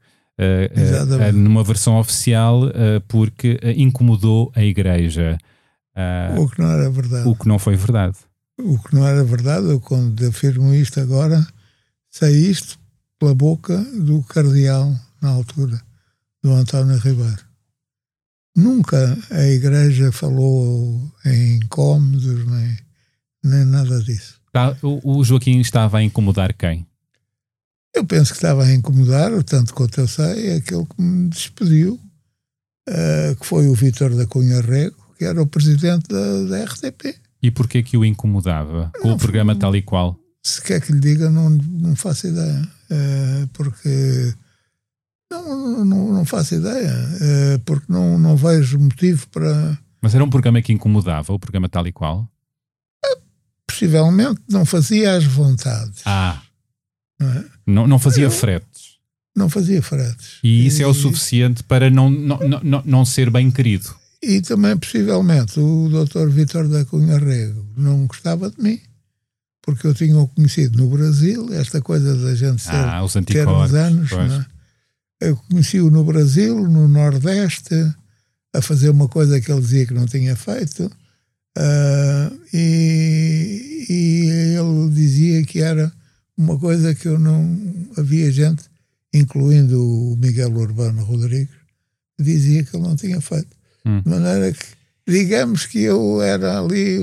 numa versão oficial porque incomodou a Igreja. O que não era verdade. O que não foi verdade. O que não era verdade, eu quando afirmo isto agora, sei isto pela boca do cardeal, na altura, do António Ribeiro. Nunca a Igreja falou em incómodos, nem nada disso. O Joaquim estava a incomodar quem? Eu penso que estava a incomodar, tanto quanto eu sei, aquele que me despediu, que foi o Vítor da Cunha Rego, que era o presidente da RTP. E porquê que o incomodava com o programa Tal e Qual? Se quer que lhe diga, não faço ideia. Porque não faço ideia, porque não vejo motivo para... Mas era um programa que incomodava, o programa Tal e Qual? Possivelmente não fazia as vontades. Não fazia fretes. Não fazia fretes. E isso é o suficiente para não ser bem querido. E também, possivelmente, o Dr. Vítor da Cunha Rego não gostava de mim, porque eu tinha o conhecido no Brasil, esta coisa da gente ser os anticorpos, ter uns anos, não é? Eu conheci-o no Brasil, no Nordeste, a fazer uma coisa que ele dizia que não tinha feito, e ele dizia que era uma coisa que eu não... Havia gente, incluindo o Miguel Urbano Rodrigues, que dizia que ele não tinha feito. De maneira que, digamos que eu era ali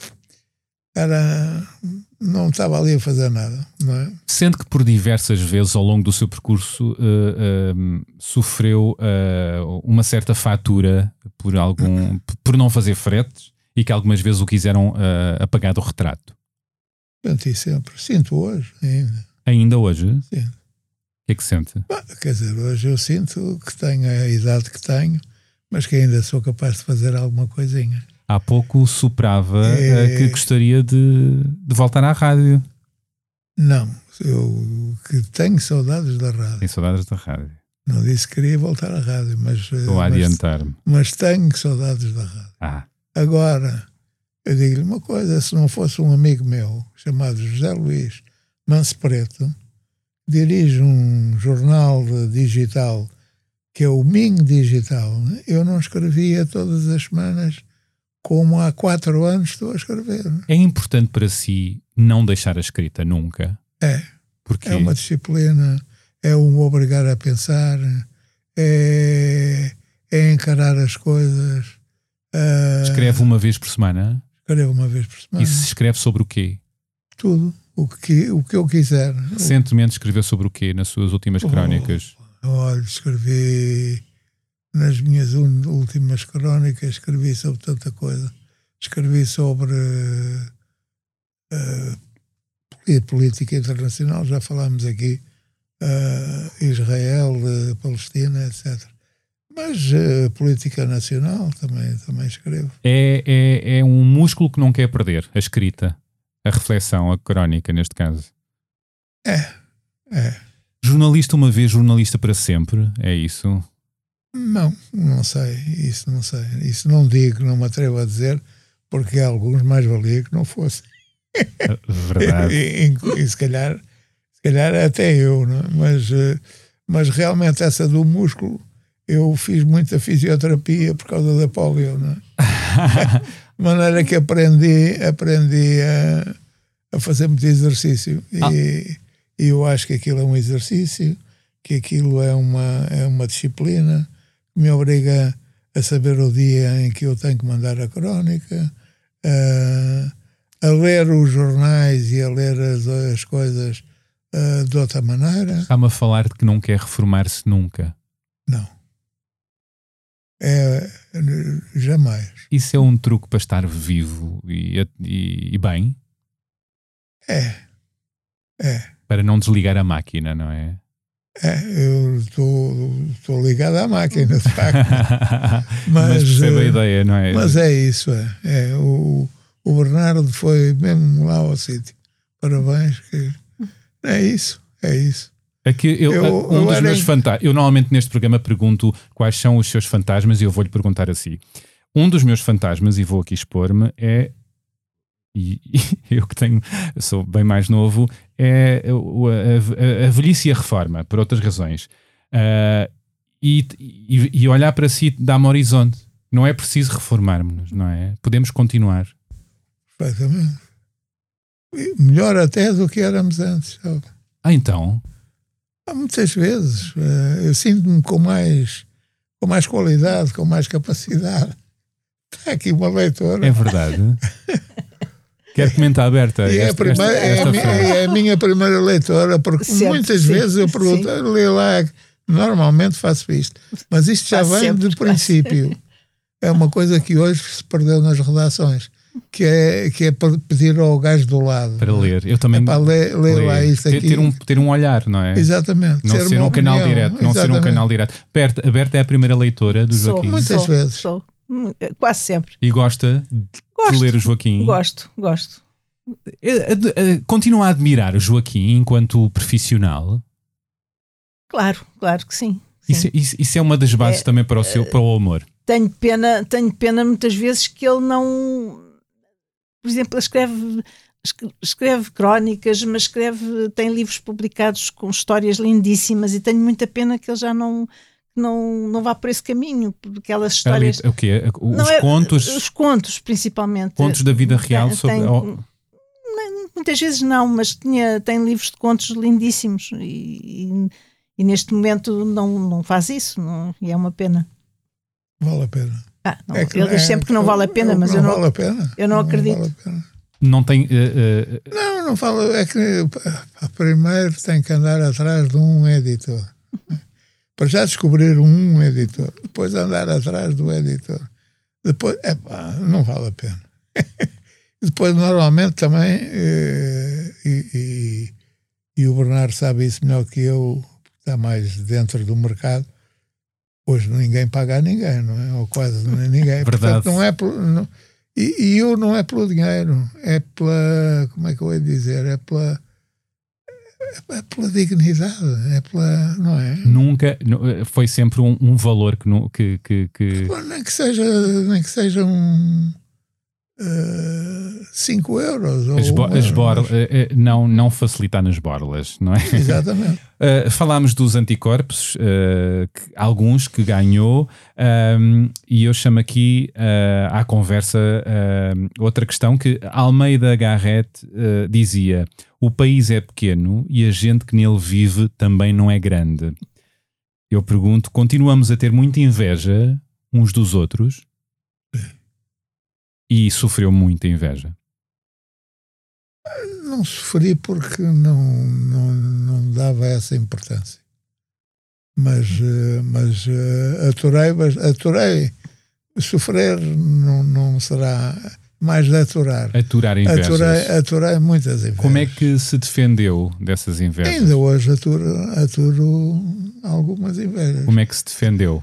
não estava ali a fazer nada, não é? Sendo que por diversas vezes ao longo do seu percurso sofreu uma certa fatura por não fazer fretes e que algumas vezes o quiseram apagar do retrato. Senti sempre, sinto hoje ainda. Ainda hoje? Sim. O que é que sente? Quer dizer, hoje eu sinto que tenho a idade que tenho, mas que ainda sou capaz de fazer alguma coisinha. Há pouco soprava que gostaria de voltar à rádio. Não, eu que tenho saudades da rádio. Tem saudades da rádio. Não disse que queria voltar à rádio, mas... Estou a adiantar-me. Mas tenho saudades da rádio. Agora, eu digo-lhe uma coisa, se não fosse um amigo meu, chamado José Luís Manso Preto, dirige um jornal digital, que é o Minho Digital, eu não escrevia todas as semanas como há 4 anos estou a escrever. É importante para si não deixar a escrita nunca? É. Porque é uma disciplina, é um obrigar a pensar, é encarar as coisas Escreve uma vez por semana? Escrevo uma vez por semana. E se escreve sobre o quê? Tudo. O que eu quiser. Recentemente escreveu sobre o quê nas suas últimas crónicas? Olha, escrevi nas minhas últimas crónicas, escrevi sobre tanta coisa. Escrevi sobre política internacional, já falámos aqui, Israel, Palestina, etc. Mas política nacional também escrevo. É um músculo que não quer perder, a escrita, a reflexão, a crónica, neste caso. É. Jornalista uma vez, jornalista para sempre, é isso? Não sei. Isso não digo, não me atrevo a dizer, porque alguns mais valia que não fossem. Verdade. E se calhar até eu, não é? Mas realmente essa do músculo, eu fiz muita fisioterapia por causa da polio, não é? De maneira que aprendi a fazer muito exercício. E eu acho que aquilo é um exercício, que aquilo é uma disciplina que me obriga a saber o dia em que eu tenho que mandar a crónica, a ler os jornais e a ler as coisas de outra maneira. Está-me a falar de que não quer reformar-se nunca. Não. Jamais. Isso é um truque para estar vivo e bem? É. Para não desligar a máquina, não é? Eu estou ligado à máquina, de facto. Mas percebe a ideia, não é? Mas é isso, o Bernardo foi mesmo lá ao sítio. Parabéns. É isso. Aqui dos meus fantasmas. Eu normalmente neste programa pergunto quais são os seus fantasmas e eu vou-lhe perguntar assim. Um dos meus fantasmas, e vou aqui expor-me, é, e eu que sou bem mais novo, é a velhice e a reforma, por outras razões. E olhar para si dá-me horizonte. Não é preciso reformarmos-nos, não é? Podemos continuar. Perfeitamente. Melhor até do que éramos antes, sabe? Então? Muitas vezes eu sinto-me com mais qualidade, com mais capacidade. Está aqui uma leitora. É verdade. Quero comentar aberta. É a minha primeira leitora, porque sempre, muitas vezes eu pergunto, lê lá, normalmente faço isto. Mas isto já vem do princípio. É uma coisa que hoje se perdeu nas redações. Que é para pedir ao gajo do lado para ler. Eu também ler lá isto aqui. Ter um olhar, não é? Exatamente. Não ser um canal direto. Não ser um canal direto. A Berta é a primeira leitora do Joaquim. Muitas vezes. Sou. Quase sempre. E gosta de ler o Joaquim? Gosto. Continua a admirar o Joaquim enquanto profissional? Claro que sim. Isso é uma das bases também para o amor. Tenho pena muitas vezes que ele não... Por exemplo, ele escreve crónicas, mas tem livros publicados com histórias lindíssimas e tenho muita pena que ele já não vá por esse caminho, porque aquelas histórias... O quê? Contos? Os contos, principalmente. Contos da vida real sobre... Muitas vezes não, mas tem livros de contos lindíssimos e neste momento não faz isso, e é uma pena. Vale a pena. Ele diz sempre que não vale a pena, mas eu não vale a pena. Eu não acredito. Vale a pena. Não tem... Não falo. É que primeiro tem que andar atrás de um editor. Para já descobrir um editor. Depois andar atrás do editor. Depois, não vale a pena. Depois, normalmente também, e o Bernardo sabe isso melhor que eu, está mais dentro do mercado. Hoje ninguém paga a ninguém, não é? Ou quase ninguém. Verdade. Portanto, não é pelo dinheiro, é pela, como é que eu ia dizer, é pela dignidade, não é? Nunca, foi sempre um valor que... Nem que seja 5 euros. Não facilitar nas borlas, não é? Exatamente. Falámos dos anticorpos, alguns que ganhou, e eu chamo aqui à conversa outra questão que Almeida Garrett dizia: o país é pequeno e a gente que nele vive também não é grande. Eu pergunto, continuamos a ter muita inveja uns dos outros? E sofreu muita inveja. Não sofri porque não dava essa importância. Mas aturei. Sofrer não será mais de aturar. Aturar invejas. Aturei muitas invejas. Como é que se defendeu dessas invejas? Ainda hoje aturo algumas invejas. Como é que se defendeu?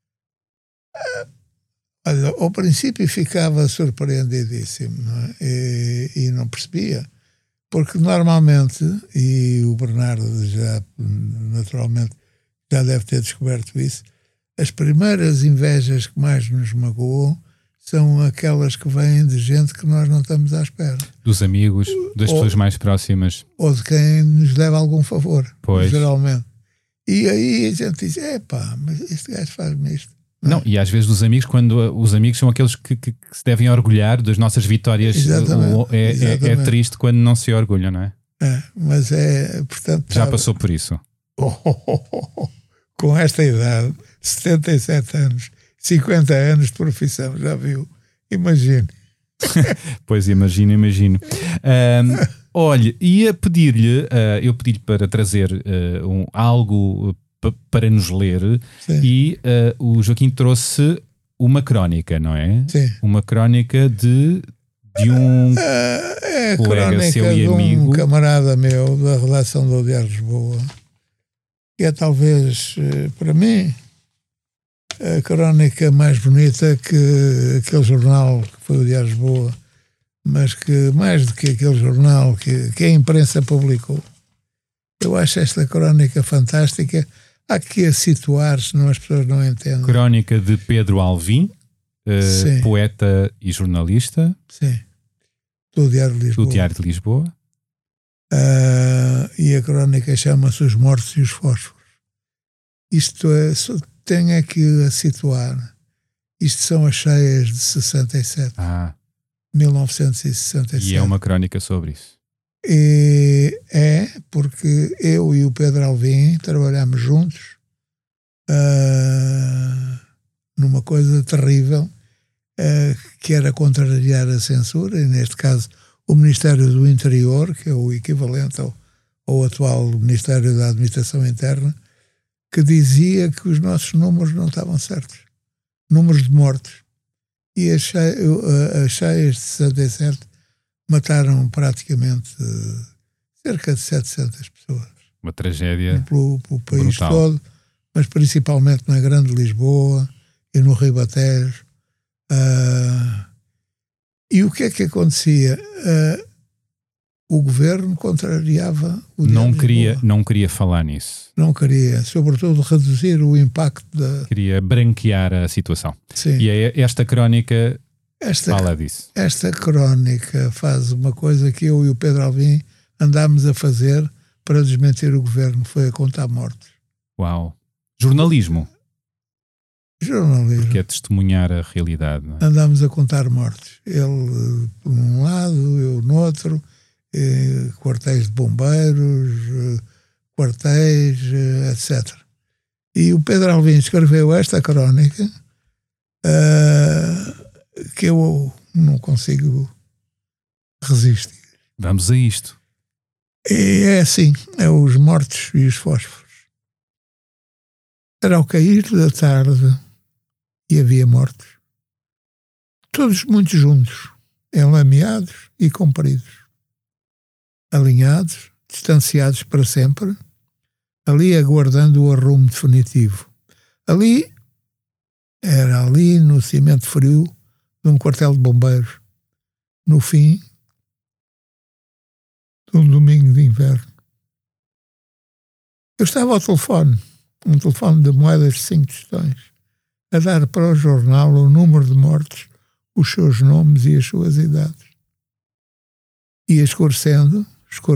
Olha, ao princípio ficava surpreendidíssimo, não é? E não percebia. Porque normalmente, e o Bernardo já naturalmente já deve ter descoberto isso, as primeiras invejas que mais nos magoam são aquelas que vêm de gente que nós não estamos à espera. Dos amigos, das pessoas mais próximas. Ou de quem nos deve algum favor, pois. Geralmente. E aí a gente diz, mas este gajo faz-me isto. Não, e às vezes dos amigos, quando os amigos são aqueles que se devem orgulhar das nossas vitórias. Exatamente. É triste quando não se orgulham, não é? Mas portanto... Já passou por isso? Com esta idade, 77 anos, 50 anos de profissão, já viu? Imagine. Pois, imagino. Olha, ia pedir-lhe, eu pedi-lhe para trazer algo para nos ler. Sim. E o Joaquim trouxe uma crónica, não é? Sim. Uma crónica de um colega seu e amigo. Um camarada meu da redação do Diário de Lisboa, que é talvez, para mim, a crónica mais bonita que aquele jornal que foi o Diário de Lisboa, mas que mais do que aquele jornal que a imprensa publicou. Eu acho esta crónica fantástica. Há que a situar, senão as pessoas não entendem. Crónica de Pedro Alvim, poeta e jornalista. Sim. Do Diário de Lisboa. E a crónica chama-se Os Mortos e os Fósforos. Isto tem aqui a situar. Isto são as cheias de 67. 1967. E é uma crónica sobre isso. Porque eu e o Pedro Alvim trabalhamos juntos numa coisa terrível, que era contrariar a censura, e neste caso o Ministério do Interior, que é o equivalente ao atual Ministério da Administração Interna, que dizia que os nossos números não estavam certos, números de mortos, e as cheias de 67 mataram praticamente cerca de 700 pessoas. Uma tragédia pelo país brutal. Todo, mas principalmente na Grande Lisboa e no Ribatejo. E o que é que acontecia? O governo contrariava o não queria falar nisso. Não queria, sobretudo reduzir o impacto Queria branquear a situação. Sim. E esta crónica fala disso. Esta crónica faz uma coisa que eu e o Pedro Alvim andámos a fazer para desmentir o governo, foi a contar mortos. Uau! Jornalismo. Jornalismo. Que é testemunhar a realidade. Não é? Andámos a contar mortos. Ele por um lado, eu no outro, quartéis de bombeiros, quartéis, etc. E o Pedro Alvim escreveu esta crónica que eu não consigo resistir. Vamos a isto. E é assim, é os mortos e os fósforos. Era ao cair da tarde e havia mortos. Todos muito juntos, enlameados e compridos. Alinhados, distanciados para sempre, ali aguardando o arrumo definitivo. Era ali no cimento frio de um quartel de bombeiros, no fim de um domingo de inverno. Eu estava ao telefone, um telefone de moedas de 5 tostões, a dar para o jornal o número de mortos, os seus nomes e as suas idades. Ia escurecendo,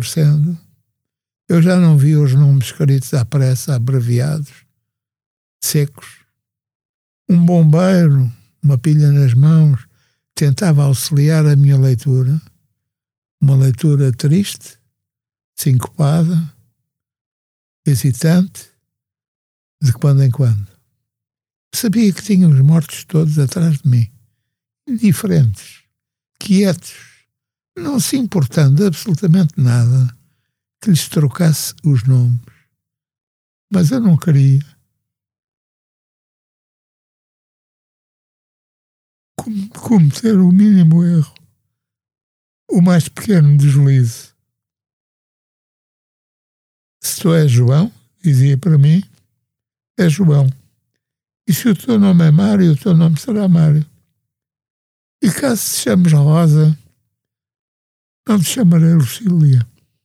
eu já não via os nomes escritos à pressa, abreviados, secos. Um bombeiro, uma pilha nas mãos, tentava auxiliar a minha leitura, uma leitura triste, sincopada, hesitante, de quando em quando. Sabia que tinha os mortos todos atrás de mim, diferentes, quietos, não se importando absolutamente nada que lhes trocasse os nomes. Mas eu não queria. Cometer o mínimo erro, o mais pequeno deslize. Se tu és João, dizia para mim, é João. E se o teu nome é Mário, o teu nome será Mário. E caso te chames Rosa, não te chamarei Lucília.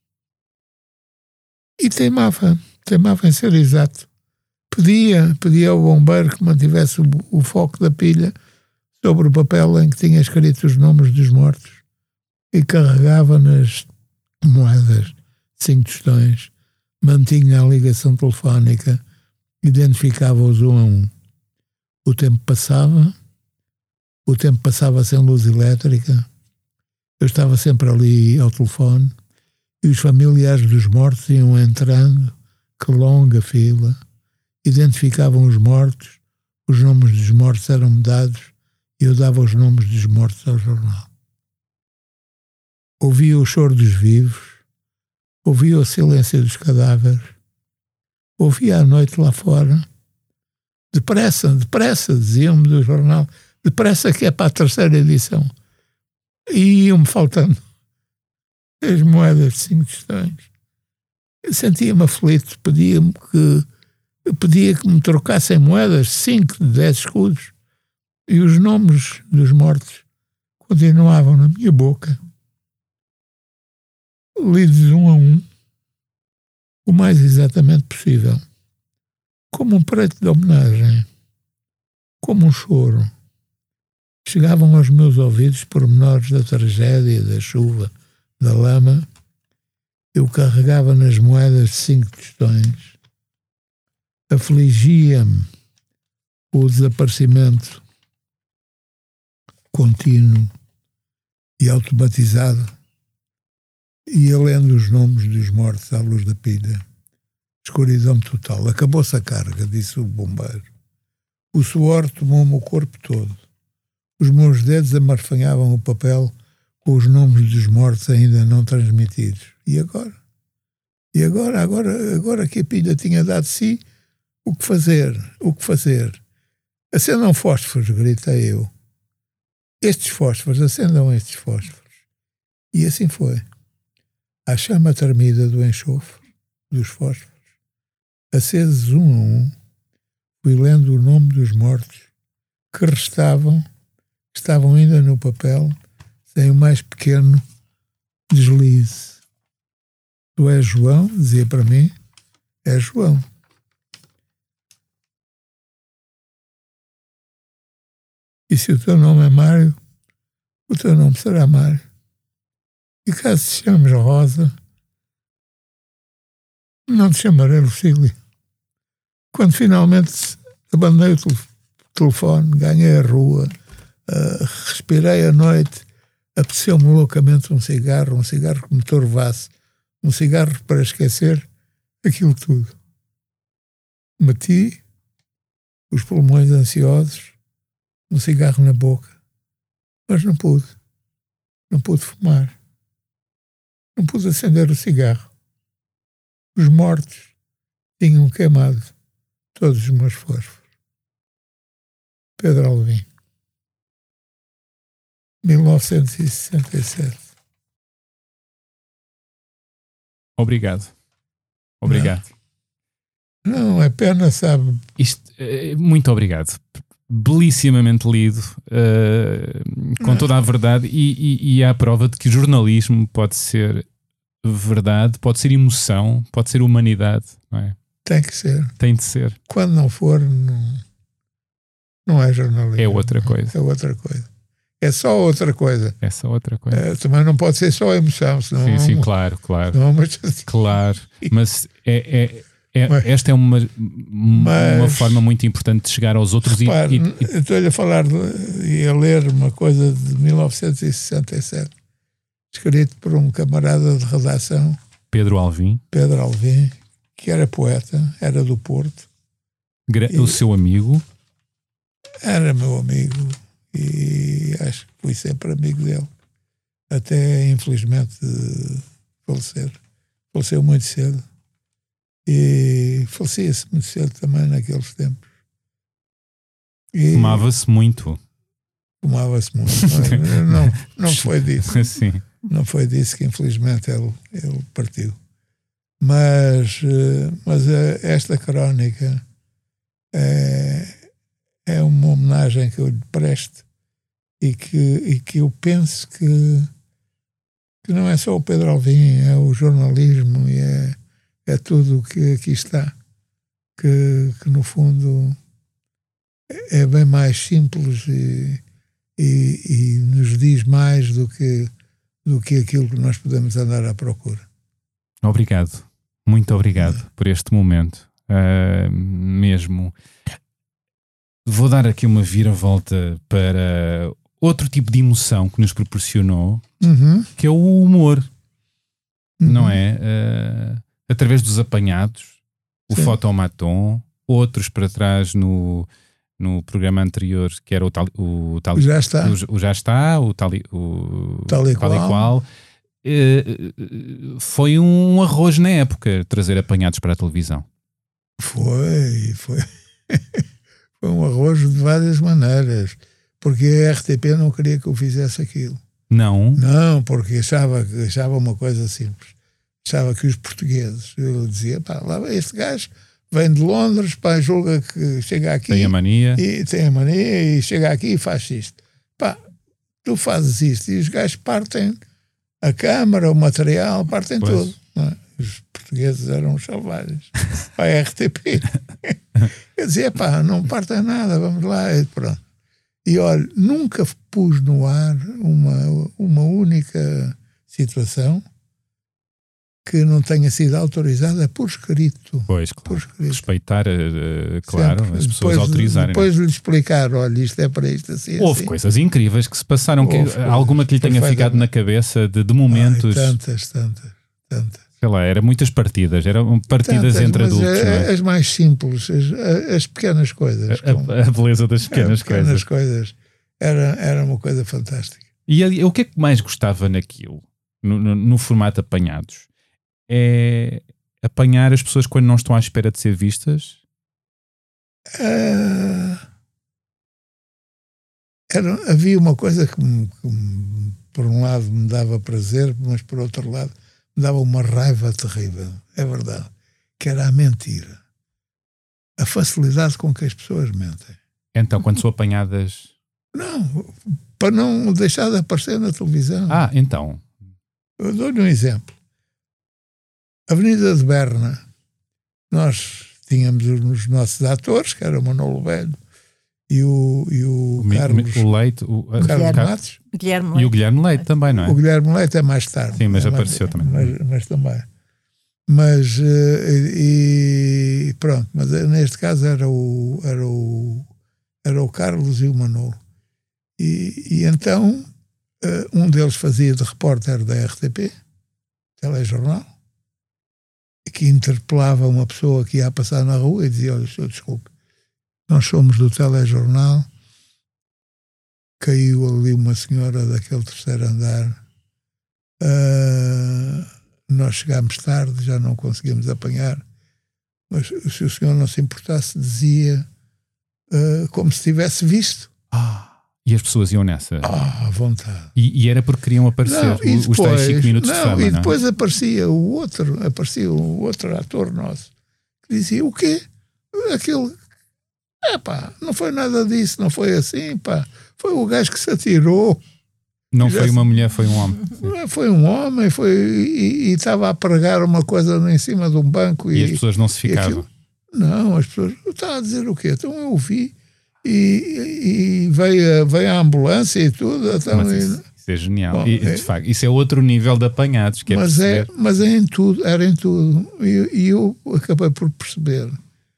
E teimava em ser exato. Pedia ao bombeiro que mantivesse o foco da pilha sobre o papel em que tinha escrito os nomes dos mortos e carregava nas moedas 5 tostões, mantinha a ligação telefónica, identificava-os um a um. O tempo passava sem luz elétrica, eu estava sempre ali ao telefone e os familiares dos mortos iam entrando, que longa fila, identificavam os mortos, os nomes dos mortos eram-me dados e eu dava os nomes dos mortos ao jornal. Ouvia o choro dos vivos, ouvia o silêncio dos cadáveres, ouvia a noite lá fora. Depressa, diziam-me do jornal, depressa que é para a 3ª edição. E iam-me faltando as moedas de 5 tostões. Eu sentia-me aflito, pedia que me trocassem moedas, 5, 10 escudos. E os nomes dos mortos continuavam na minha boca, lidos um a um, o mais exatamente possível, como um preto de homenagem, como um choro. Chegavam aos meus ouvidos pormenores da tragédia, da chuva, da lama. Eu carregava nas moedas de 5 tostões. Afligia-me o desaparecimento contínuo e automatizado. Ia lendo os nomes dos mortos à luz da pilha. Escuridão total. Acabou-se a carga, disse o bombeiro. O suor tomou-me o corpo todo. Os meus dedos amarfanhavam o papel com os nomes dos mortos ainda não transmitidos. E agora? Agora que a pilha tinha dado de si, o que fazer? Acendam fósforos, gritei eu. Acendam estes fósforos. E assim foi. À chama tremida do enxofre, dos fósforos, acesos um a um, fui lendo o nome dos mortos que estavam ainda no papel, sem o mais pequeno deslize. Tu és João, dizia para mim, é João. E se o teu nome é Mário, o teu nome será Mário. E caso te chames Rosa, não te chamarei Lucília. Quando finalmente abandonei o telefone, ganhei a rua, respirei a noite, apeteceu-me loucamente um cigarro que me torvasse, um cigarro para esquecer aquilo tudo. Meti os pulmões ansiosos, um cigarro na boca, mas não pude fumar, não pude acender o cigarro. Os mortos tinham queimado todos os meus fósforos. Pedro Alvim, 1967. Obrigado. Não, é pena, sabe? Muito obrigado. Belissimamente lido, com toda a verdade, e há a prova de que o jornalismo pode ser verdade, pode ser emoção, pode ser humanidade, não é? Tem que ser. Tem de ser. Quando não for, não é jornalismo. É outra coisa. É outra coisa. É só outra coisa. É só outra coisa. Também não pode ser só emoção, senão... Sim, claro. Não, Claro, mas esta é uma forma muito importante de chegar aos outros. Repare, estou-lhe a falar e a ler uma coisa de 1967, escrito por um camarada de redação, Pedro Alvim, que era poeta, era do Porto. O seu amigo? Era meu amigo e acho que fui sempre amigo dele. até infelizmente falecer. Faleceu muito cedo e falecia-se muito cedo também naqueles tempos. Fumava-se muito. Fumava-se muito. Não foi disso. Sim. Não foi disso que infelizmente ele partiu. Mas esta crónica é uma homenagem que eu lhe presto e que eu penso que não é só o Pedro Alvim, é o jornalismo e é tudo o que aqui está, que no fundo é bem mais simples e nos diz mais do que aquilo que nós podemos andar à procura. Obrigado, muito obrigado por este momento. Mesmo. Vou dar aqui uma viravolta para outro tipo de emoção que nos proporcionou, que é o humor, não é? Através dos apanhados, o Fotomaton, outros para trás no programa anterior, que era o tal Já Está, o tal e qual. Foi um arroz na época trazer apanhados para a televisão. Foi um arroz de várias maneiras, porque a RTP não queria que eu fizesse aquilo. Não, porque achava uma coisa simples. Achava que os portugueses, eu dizia, lá este gajo vem de Londres, julga que chega aqui, tem a mania e chega aqui e faz isto. Tu fazes isto e os gajos partem a câmara, o material, partem tudo. Não é? Os portugueses eram selvagens. A RTP. Eu dizia, não partem nada, vamos lá. E pronto. E olha, nunca pus no ar uma única situação que não tenha sido autorizada por escrito. Pois, claro. Por escrito. Respeitar, claro, sempre, as pessoas autorizarem. Depois lhe explicar, olha, isto é para isto, assim. Houve assim. Coisas incríveis que se passaram, alguma que lhe tenha ficado na cabeça de momentos. Tantas. Sei lá, eram muitas partidas, eram partidas entre adultos. Não é? As mais simples, as pequenas coisas. A beleza das pequenas coisas. Era uma coisa fantástica. E o que é que mais gostava naquilo, no formato apanhados? É apanhar as pessoas quando não estão à espera de ser vistas? Havia uma coisa que por um lado me dava prazer, mas por outro lado me dava uma raiva terrível, é verdade, que era a mentira, a facilidade com que as pessoas mentem. Então, quando são apanhadas... Não, para não deixar de aparecer na televisão. Então. Eu dou-lhe um exemplo. Avenida de Berna, nós tínhamos os nossos atores, que era o Manolo Velho e o Carlos Leite, Carlos Matos. Guilherme Leite. E o Guilherme Leite também, não é? O Guilherme Leite é mais tarde. Sim, mas apareceu também. Mas também. Mas, pronto, mas neste caso era o Carlos e o Manolo. E então, um deles fazia de repórter da RTP, telejornal, que interpelava uma pessoa que ia passar na rua e dizia, olha, desculpe, nós somos do telejornal, caiu ali uma senhora daquele terceiro andar, nós chegámos tarde, já não conseguimos apanhar, mas se o senhor não se importasse, dizia como se tivesse visto. E as pessoas iam nessa? À vontade. E era porque queriam aparecer os tais 5 minutos de fama, e depois aparecia o outro ator nosso, que dizia, o quê? Aquilo... não foi nada disso, não foi assim, foi o gajo que se atirou. Não foi uma mulher, foi um homem. Foi um homem, e estava a pregar uma coisa em cima de um banco. E as pessoas não se ficavam? Não, as pessoas... Estava a dizer o quê? Então eu ouvi. E veio a ambulância e tudo. Então, isso é genial. Bom, de facto, isso é outro nível de apanhados. Que mas é em tudo, era em tudo. E eu acabei por perceber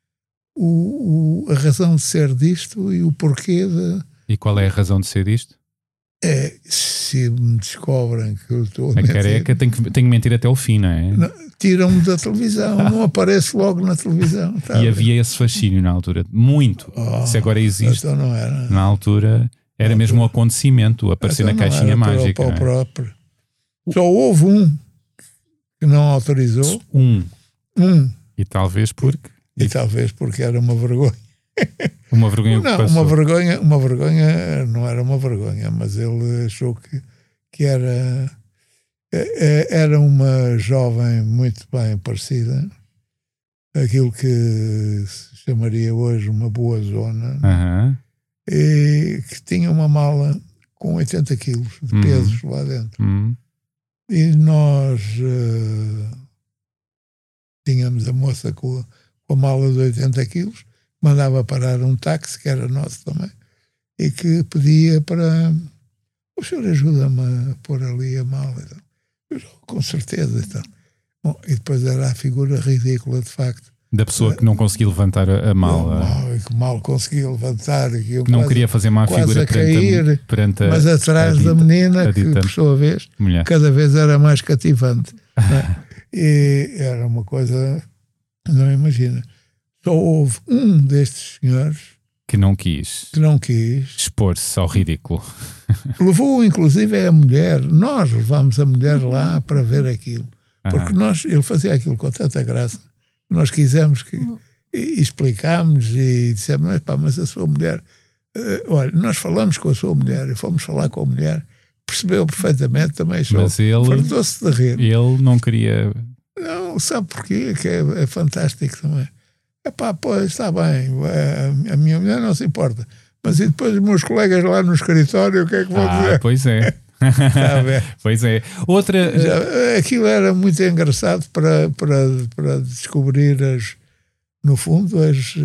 a razão de ser disto e o porquê de... E qual é a razão de ser disto? Se me descobrem que eu estou a mentir... careca tem que mentir até o fim, não é? Tiram-me da televisão, não apareço logo na televisão. E havia esse fascínio na altura, muito. Se agora existe. Então não era. Na altura era mesmo um acontecimento, aparecer na caixinha mágica. Só houve um que não autorizou. Um. Um. E talvez porque... E talvez porque era uma vergonha. Uma vergonha que Não, passou. uma vergonha não era uma vergonha, mas ele achou que era uma jovem muito bem parecida, aquilo que se chamaria hoje uma boa zona, Aham. e que tinha uma mala com 80 quilos de pesos lá dentro. E nós tínhamos a moça com a mala de 80 quilos, mandava parar um táxi, que era nosso também, e que pedia para... O senhor ajuda-me a pôr ali a mala? Então, eu, com certeza. Então. Bom, e depois era a figura ridícula, de facto. Da pessoa que não conseguiu levantar a mala. Que mal conseguia levantar. Que não queria fazer má figura perante a... Mas atrás da menina, que por sua vez, mulher. Cada vez era mais cativante. Né? E era uma coisa... Não imagina. Só houve um destes senhores que não quis expor-se ao ridículo. Levou inclusive a mulher. Nós levámos a mulher lá para ver aquilo, porque ele fazia aquilo com tanta graça. Nós quisemos e explicámos e dissemos, mas a sua mulher, olha, nós falamos com a sua mulher e fomos falar com a mulher, percebeu perfeitamente também, mas ele fartou-se de rir. Ele não queria... Não, sabe porquê? Que é fantástico também. Pois está bem, a minha mulher não se importa, mas e depois os meus colegas lá no escritório, o que é que vão dizer? Pois é. Pois é. Outra... aquilo era muito engraçado para descobrir no fundo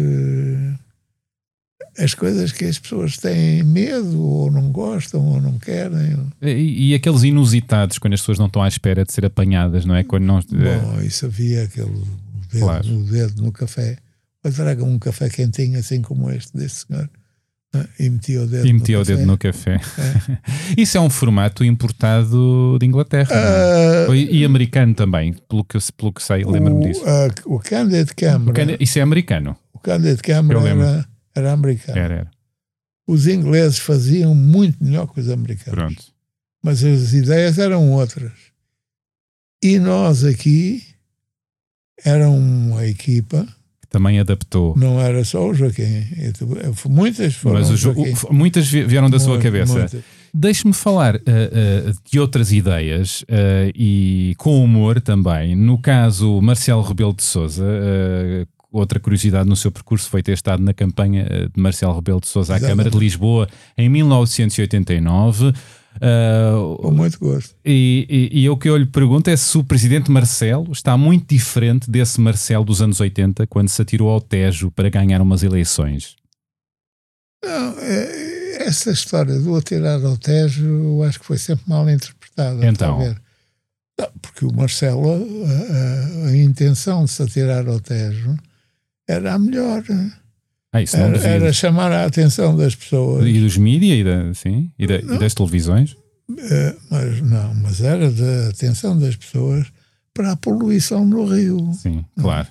as coisas que as pessoas têm medo ou não gostam ou não querem. E aqueles inusitados quando as pessoas não estão à espera de ser apanhadas, não é? Quando não... Bom, isso havia aquele dedo no café. Traga um café quentinho assim como este deste senhor. E metia o dedo no café. Isso é um formato importado de Inglaterra, não é? E americano também, pelo que sei, lembro-me disso. O Candid Camera. Isso é americano. O Candid Camera era americano. Era. Os ingleses faziam muito melhor que os americanos. Pronto. Mas as ideias eram outras. E nós aqui era uma equipa... Também adaptou. Não era só o Joaquim. Muitas foram. Mas muitas vieram da sua cabeça. Muitas. Deixe-me falar de outras ideias e com humor também. No caso, Marcelo Rebelo de Sousa, outra curiosidade no seu percurso foi ter estado na campanha de Marcelo Rebelo de Sousa à Câmara de Lisboa em 1989. Com muito gosto. E o que eu lhe pergunto é se o presidente Marcelo está muito diferente desse Marcelo dos anos 80, quando se atirou ao Tejo para ganhar umas eleições. Não, essa história do atirar ao Tejo eu acho que foi sempre mal interpretada. Então? Não, porque o Marcelo, a intenção de se atirar ao Tejo era a melhor. Isso não era chamar a atenção das pessoas. E dos mídias e das televisões? Mas era da atenção das pessoas para a poluição no rio. Sim, claro.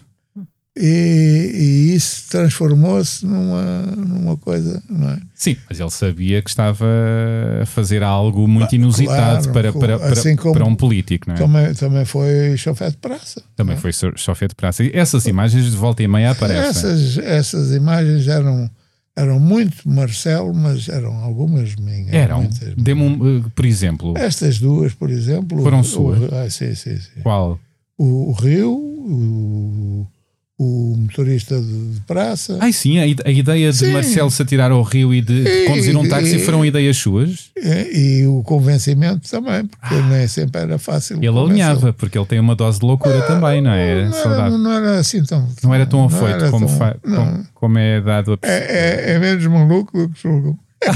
E isso transformou-se numa coisa, não é? Sim, mas ele sabia que estava a fazer algo muito inusitado para um político, não é? Também foi chofé de praça. Também foi chofé de praça. E essas imagens de volta e meia aparecem. Essas imagens eram muito Marcelo, mas eram algumas minhas. Eram? Dê-me por exemplo. Estas duas, por exemplo. Foram suas? Sim. Qual? O Rio, o motorista de praça. Sim, a ideia de Marcelo se atirar ao rio e de conduzir um táxi foram ideias suas? E o convencimento também, porque nem sempre era fácil. Ele alinhava, porque ele tem uma dose de loucura também, não é? Não era assim tão... Não era tão afoito como é dado a pessoa. É menos maluco do que julgo.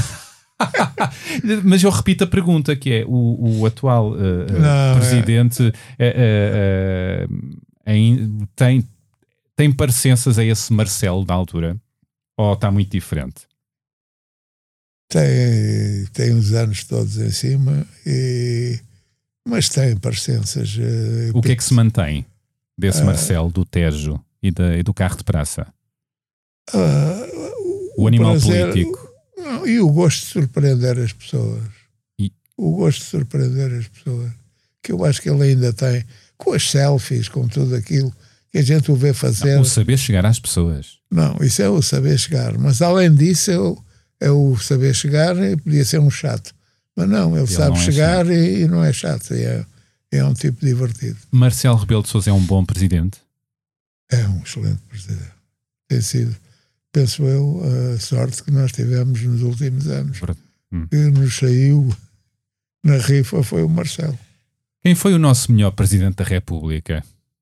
Mas eu repito a pergunta, que é o atual presidente tem parecenças a esse Marcelo da altura? Ou está muito diferente? Tem os anos todos em cima, mas tem parecenças. O que é que se mantém desse Marcelo do Tejo e do carro de praça? O animal político. E o gosto de surpreender as pessoas. O gosto de surpreender as pessoas. que eu acho que ele ainda tem, com as selfies, com tudo aquilo que a gente o vê fazer. O saber chegar às pessoas. Não, isso é o saber chegar. Mas além disso, é o saber chegar e podia ser um chato. Mas não, ele sabe não é chegar e não é chato. É um tipo divertido. Marcelo Rebelo de Sousa é um bom presidente? É um excelente presidente. Tem sido, penso eu, a sorte que nós tivemos nos últimos anos. Que nos saiu na rifa foi o Marcelo. Quem foi o nosso melhor presidente da República?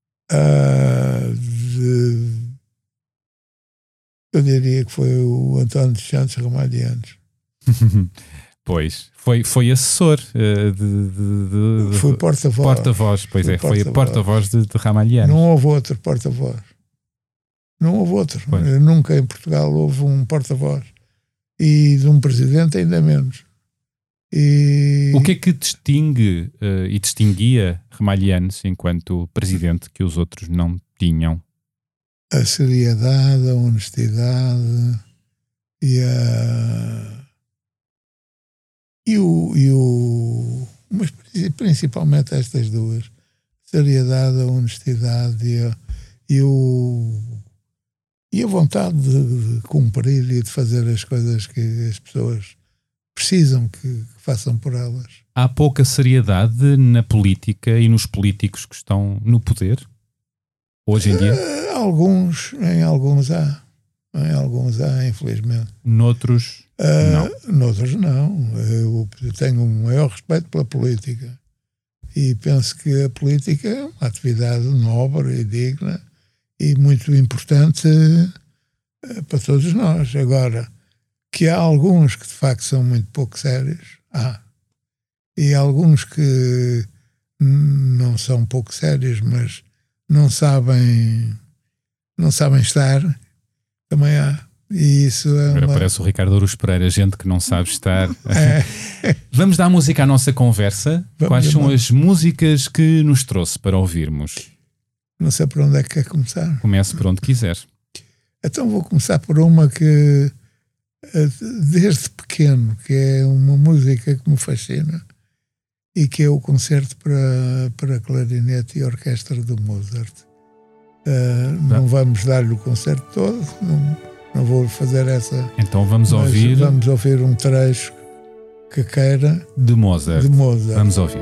Eu diria que foi o António dos Santos Ramalhianos. Pois, foi assessor foi porta-voz. Porta-voz, pois é, foi a porta-voz de Ramalhianos. Não houve outro porta-voz. Não houve outro. Nunca em Portugal houve um porta-voz. E de um presidente ainda menos. O que é que distingue e distinguia Ramalhianos enquanto presidente que os outros não tinham? A seriedade, a honestidade mas principalmente estas duas, seriedade, a honestidade e a vontade de cumprir e de fazer as coisas que as pessoas precisam que façam por elas. Há pouca seriedade na política e nos políticos que estão no poder hoje em dia? Em alguns há, infelizmente. Noutros não. Noutros não. Eu tenho um maior respeito pela política e penso que a política é uma atividade nobre e digna e muito importante para todos nós. Agora, que há alguns que de facto são muito pouco sérios, e alguns que não são pouco sérios, mas não sabem estar, também há. E isso é Agora parece o Ricardo Aruz Pereira, gente que não sabe estar. Vamos dar música à nossa conversa. Quais são as músicas que nos trouxe para ouvirmos? Não sei por onde é que quer começar. Comece por onde quiser. Então vou começar por uma que desde pequeno, que é uma música que me fascina e que é o concerto para clarinete e orquestra do Mozart. Não vamos dar-lhe o concerto todo, não vou fazer essa. Então vamos ouvir um trecho que queira de Mozart. Vamos ouvir.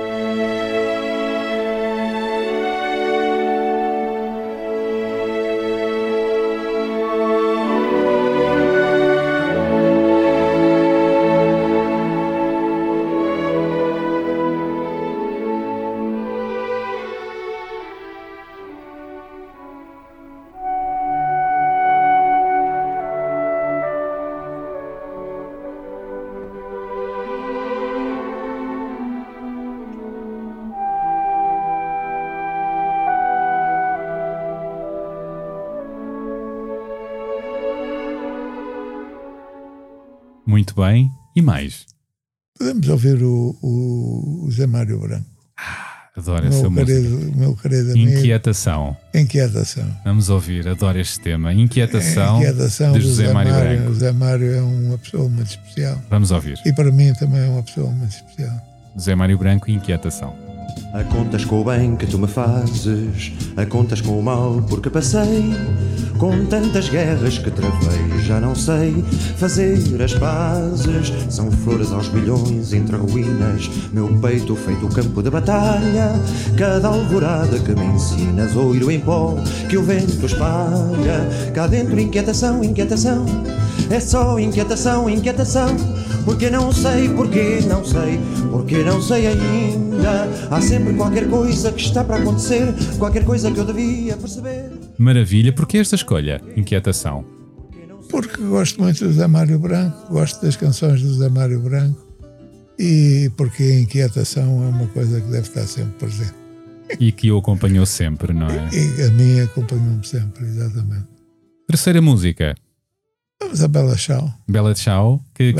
Muito bem. E mais? Podemos ouvir o Zé Mário Branco. Adoro essa música. O meu querido amigo. Inquietação. Vamos ouvir, adoro este tema. Inquietação de José Mário Branco. O Zé Mário é uma pessoa muito especial. Vamos ouvir. E para mim também é uma pessoa muito especial. José Mário Branco, Inquietação. A contas com o bem que tu me fazes, a contas com o mal porque passei, com tantas guerras que travei, já não sei fazer as pazes. São flores aos bilhões entre ruínas, meu peito feito campo de batalha. Cada alvorada que me ensinas, oiro em pó que o vento espalha. Cá dentro inquietação, inquietação, é só inquietação, inquietação. Porque não sei, porque não sei, porque não sei ainda. Há sempre qualquer coisa que está para acontecer, qualquer coisa que eu devia perceber. Maravilha, porque esta escolha, Inquietação? Porque gosto muito do Zé Mário Branco, gosto das canções do Zé Mário Branco e porque a inquietação é uma coisa que deve estar sempre presente. E que o acompanhou sempre, não é? E a mim acompanhou-me sempre, exatamente. Terceira música. Vamos a Bella Ciao. Bella Ciao,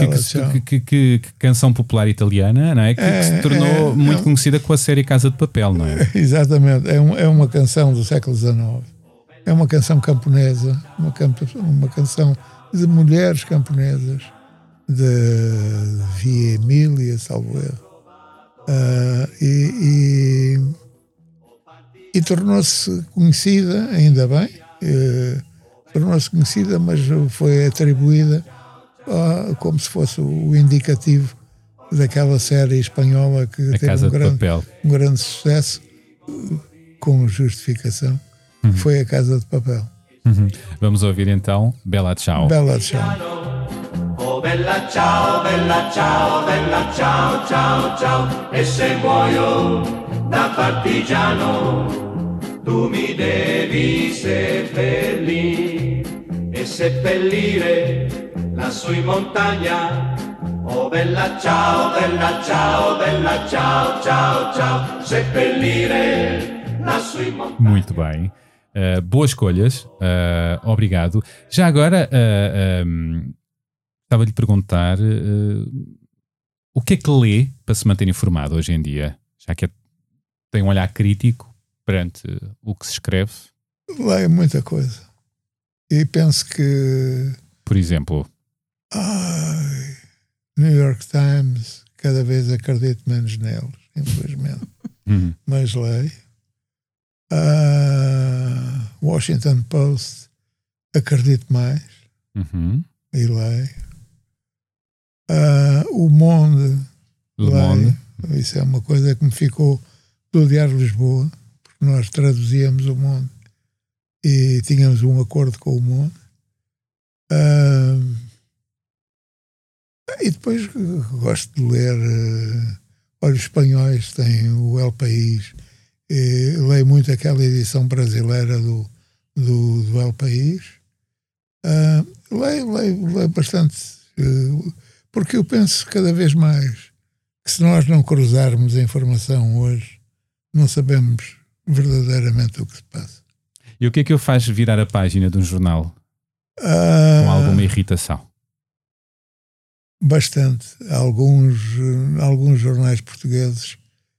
que canção popular italiana, não é? Que se tornou muito conhecida com a série Casa de Papel, não é? Exatamente, é uma canção do século XIX. É uma canção camponesa, uma canção de mulheres camponesas, de Via Emília, salvo erro. E tornou-se conhecida, ainda bem, tornou-se conhecida, mas foi atribuída como se fosse o indicativo daquela série espanhola que A teve Casa um de Papel. grande sucesso, com justificação, foi A Casa de Papel. Vamos ouvir então Bella Ciao. Bella Ciao. Oh bella ciao, bella ciao, bella ciao, ciao, ciao. E se muoio da partigiano, tu mi devi seppellire e seppellire lassù in montagna. Oh bella ciao, bella ciao, bella ciao, ciao, ciao. Seppellire lassù in montagna. Muito bem. Boas escolhas. Obrigado. Já agora, estava-lhe de perguntar o que é que lê para se manter informado hoje em dia? Já que tem um olhar crítico perante o que se escreve. Leio muita coisa. E penso que... Por exemplo? New York Times, cada vez acredito menos neles, infelizmente. Mas leio. Washington Post, acredito mais. E leio. O Monde, Le Monde. Isso é uma coisa que me ficou do Diário de Lisboa, porque nós traduzíamos o Monde e tínhamos um acordo com o Monde. E depois gosto de ler. Olha, os espanhóis têm o El País. Leio muito aquela edição brasileira do El País. Leio bastante, porque eu penso cada vez mais que se nós não cruzarmos a informação hoje, não sabemos verdadeiramente o que se passa. E o que é que o faz virar a página de um jornal com alguma irritação? Bastante. Alguns jornais portugueses,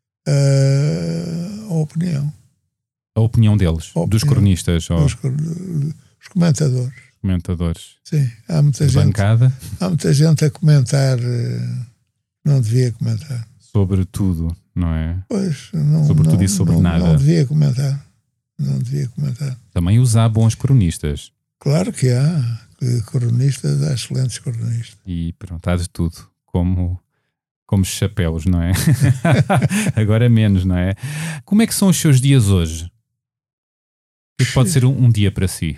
a opinião. A opinião deles, dos cronistas ou os comentadores. comentadores. Sim, há muita de gente. Bancada. Há muita gente a comentar, não devia comentar. Sobre tudo, não é? Pois, não, sobre tudo não, e sobre não, nada. Não devia comentar. Não devia comentar. Também usar bons cronistas. Claro que há cronistas, há excelentes cronistas. E pronto, há de tudo. Como chapéus, não é? Agora menos, não é? Como é que são os seus dias hoje? O que pode ser um dia para si?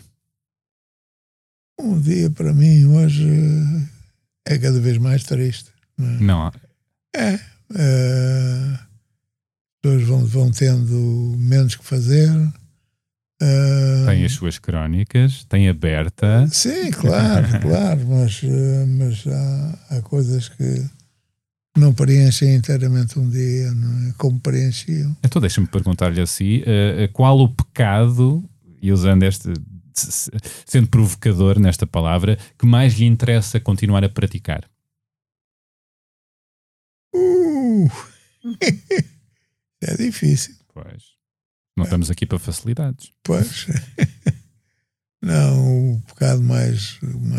Um dia para mim hoje é cada vez mais triste. Não. As pessoas vão tendo menos que fazer. Tem as suas crónicas, tem a Berta. Sim, claro, mas há coisas que não preenchem inteiramente um dia, não é? Como preenchiam. Então deixa-me perguntar-lhe assim, qual o pecado, e usando sendo provocador nesta palavra, que mais lhe interessa continuar a praticar? É difícil. Pois. Não estamos aqui para facilidades. Pois. Não, o pecado mais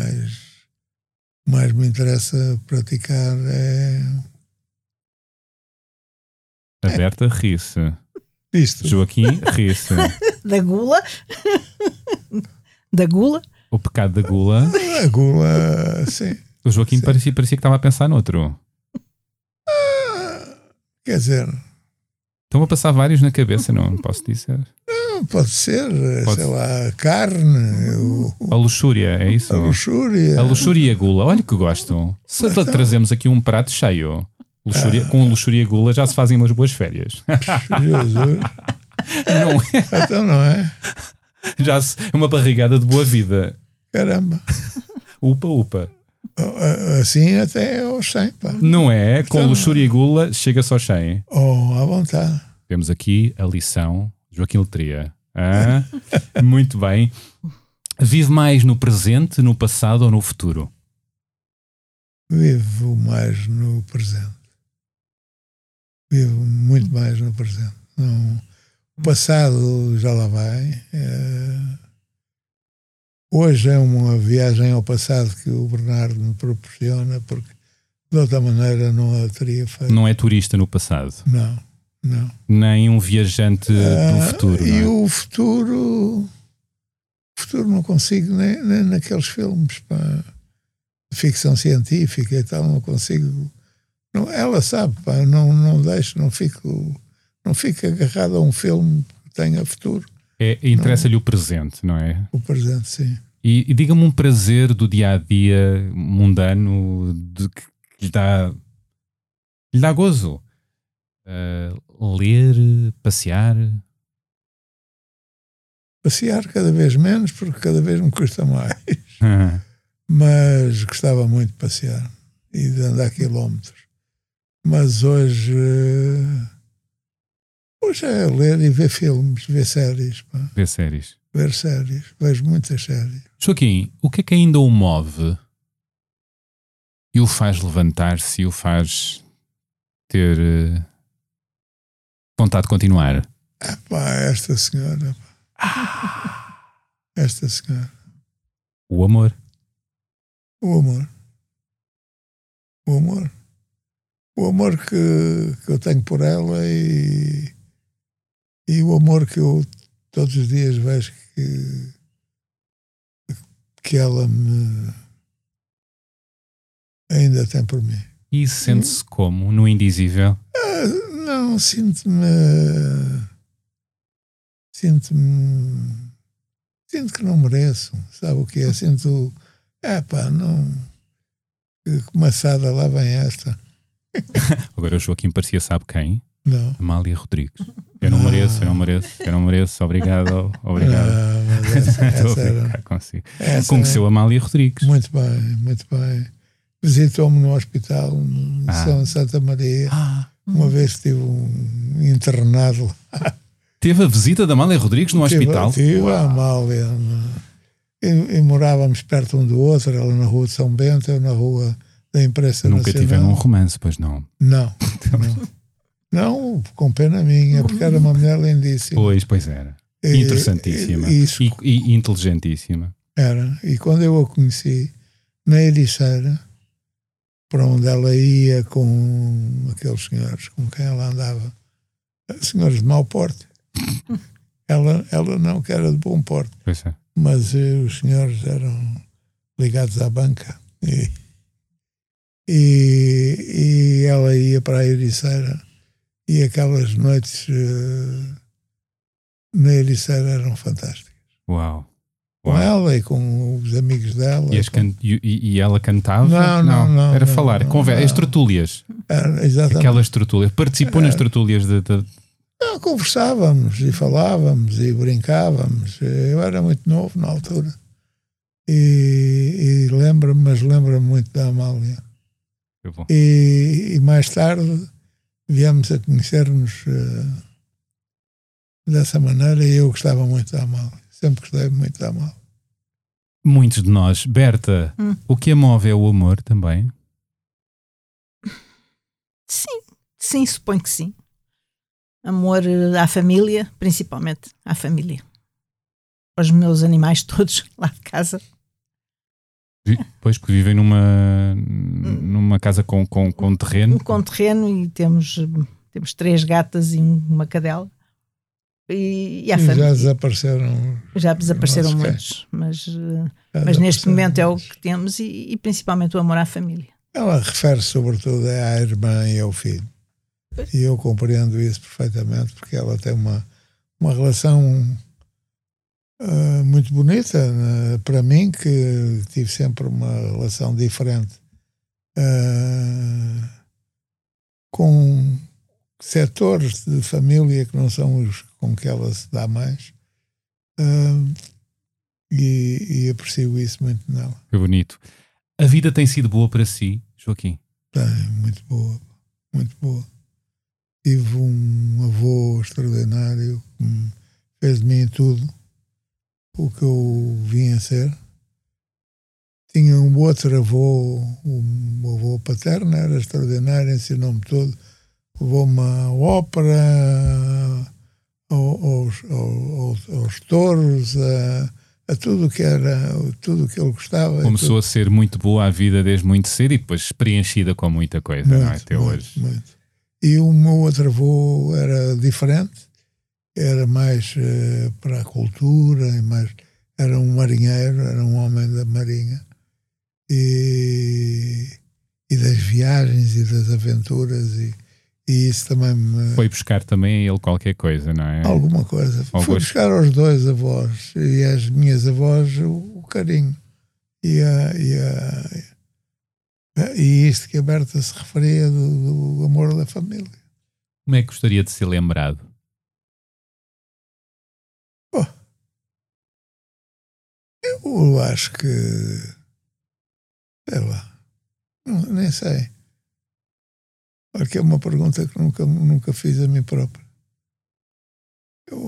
me interessa praticar é... A Berta ri-se. Isto. Joaquim ri-se. Da gula? Da gula? O pecado da gula. A gula, sim. O Joaquim parecia que estava a pensar noutro. Quer dizer... Estão a passar vários na cabeça, não posso dizer. Não, pode ser, sei lá, carne. A luxúria, é isso? A luxúria. A luxúria e a gula, olha que gostam. Se então trazemos aqui um prato cheio, com luxúria e gula já se fazem umas boas férias. Jesus. Não é? Então não é? Já é uma barrigada de boa vida. Caramba. Upa. Assim até aos 100, pá. Não é? Com então, luxúria e gula chega-se aos 100. À vontade. Temos aqui a lição Joaquim Letria. Muito bem. Vive mais no presente, no passado ou no futuro? Vivo mais no presente. Vivo muito mais no presente. Não, o passado já lá vai. Hoje é uma viagem ao passado que o Bernardo me proporciona, porque De outra maneira não a teria feito. Não é turista no passado. Não. Nem um viajante do futuro. E não é? o futuro não consigo nem naqueles filmes de ficção científica e tal, não consigo. Não, ela sabe, não deixo, não fico agarrado a um filme que tenha futuro. Interessa-lhe o presente, não é? O presente, sim. E diga-me um prazer do dia-a-dia mundano que lhe dá gozo. Ler, passear. Passear cada vez menos, porque cada vez me custa mais. Mas gostava muito de passear e de andar quilómetros. Mas hoje é ler e ver filmes, ver séries. Pá. Ver séries. Vejo muitas séries. Joaquim, o que é que ainda o move e o faz levantar-se e o faz ter vontade de continuar? Esta senhora. Esta senhora. O amor. O amor que eu tenho por ela e o amor que eu todos os dias vejo que ela ainda tem por mim. E sente-se como? No indizível? Não, sinto-me que não mereço, sabe o que é? Sinto, não, que maçada lá vem esta. Agora o Joaquim parecia, sabe quem? Não. Amália Rodrigues. Eu não mereço, obrigado. Essa era, conheceu a Amália Rodrigues. Muito bem. Visitou-me no hospital em Santa Maria. Uma vez estive internado lá. Teve a visita da Amália Rodrigues no hospital? Tive a Amália. E morávamos perto um do outro, ela na rua de São Bento, eu na rua da Imprensa Nunca Nacional. tiveram um romance, pois não? Não, com pena minha, porque era uma mulher lindíssima. Pois era. Interessantíssima. E inteligentíssima. Era. E quando eu a conheci, na Ericeira, para onde ela ia com aqueles senhores com quem ela andava, senhores de mau porte. Ela não, que era de bom porte. Pois é. Mas os senhores eram ligados à banca. E ela ia para a Ericeira. E aquelas noites na Ericeira eram fantásticas. Uau. Com ela e com os amigos dela. E ela cantava? Não. Era falar, as tertúlias. Exatamente. Aquelas tertúlias. Participou nas tertúlias conversávamos e falávamos e brincávamos. Eu era muito novo na altura. E lembro-me muito da Amália. E mais tarde viemos a conhecer-nos dessa maneira e eu gostava muito da Amália. Sempre gostei muito da Amália. Muitos de nós. Berta, o que a move é o amor também? Sim, suponho que sim. Amor à família, principalmente à família. Aos meus animais todos lá de casa. Pois, porque vivem numa casa com terreno. Com terreno e temos 3 gatas e uma cadela. E à família. Já desapareceram muitos, mas neste momento é o que temos e principalmente o amor à família. Ela refere-se sobretudo à irmã e ao filho. E eu compreendo isso perfeitamente, porque ela tem uma relação muito bonita para mim, que tive sempre uma relação diferente com setores de família que não são os com que ela se dá mais, e aprecio isso muito nela. É bonito. A vida tem sido boa para si, Joaquim? Tem, muito boa. Tive um avô extraordinário que fez de mim tudo o que eu vim a ser. Tinha um outro avô, o avô paterno, era extraordinário, ensinou-me tudo. Levou-me à ópera, aos touros, a tudo que ele gostava. Começou a ser muito boa a vida desde muito cedo e depois preenchida com muita coisa, muito, não é? Até hoje. Muito. E o meu outro avô era diferente, era mais para a cultura, era um marinheiro, era um homem da marinha e das viagens e das aventuras e isso também me... Foi buscar também a ele qualquer coisa, não é? Alguma coisa. Fui buscar aos dois avós e às minhas avós o carinho e isto que a Berta se referia do amor da família. Como é que gostaria de ser lembrado? Eu acho que sei lá, nem sei. Porque é uma pergunta que nunca fiz a mim próprio. Eu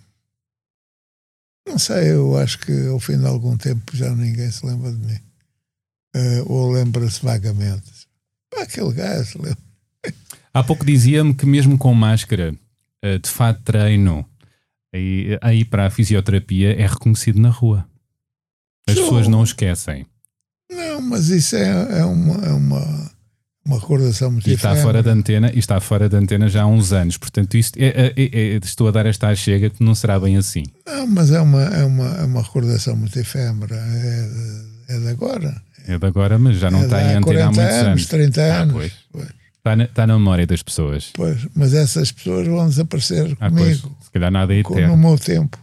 não sei, eu acho que ao fim de algum tempo já ninguém se lembra de mim. Ou lembra-se vagamente. Aquele gajo lembra. Há pouco dizia-me que mesmo com máscara de fato de treino aí para a fisioterapia é reconhecido na rua. As pessoas não o esquecem. Não, mas isso é uma recordação muito efêmera. E está fora da antena já há uns anos. Portanto, isto estou a dar esta achega que não será bem assim. Não, mas é uma recordação muito efêmera. É de agora. É de agora, mas já não está em antena há muitos anos. 30 anos. Pois. Está na memória das pessoas. Pois, mas essas pessoas vão desaparecer comigo. Pois, se calhar nada é eterno. No meu tempo.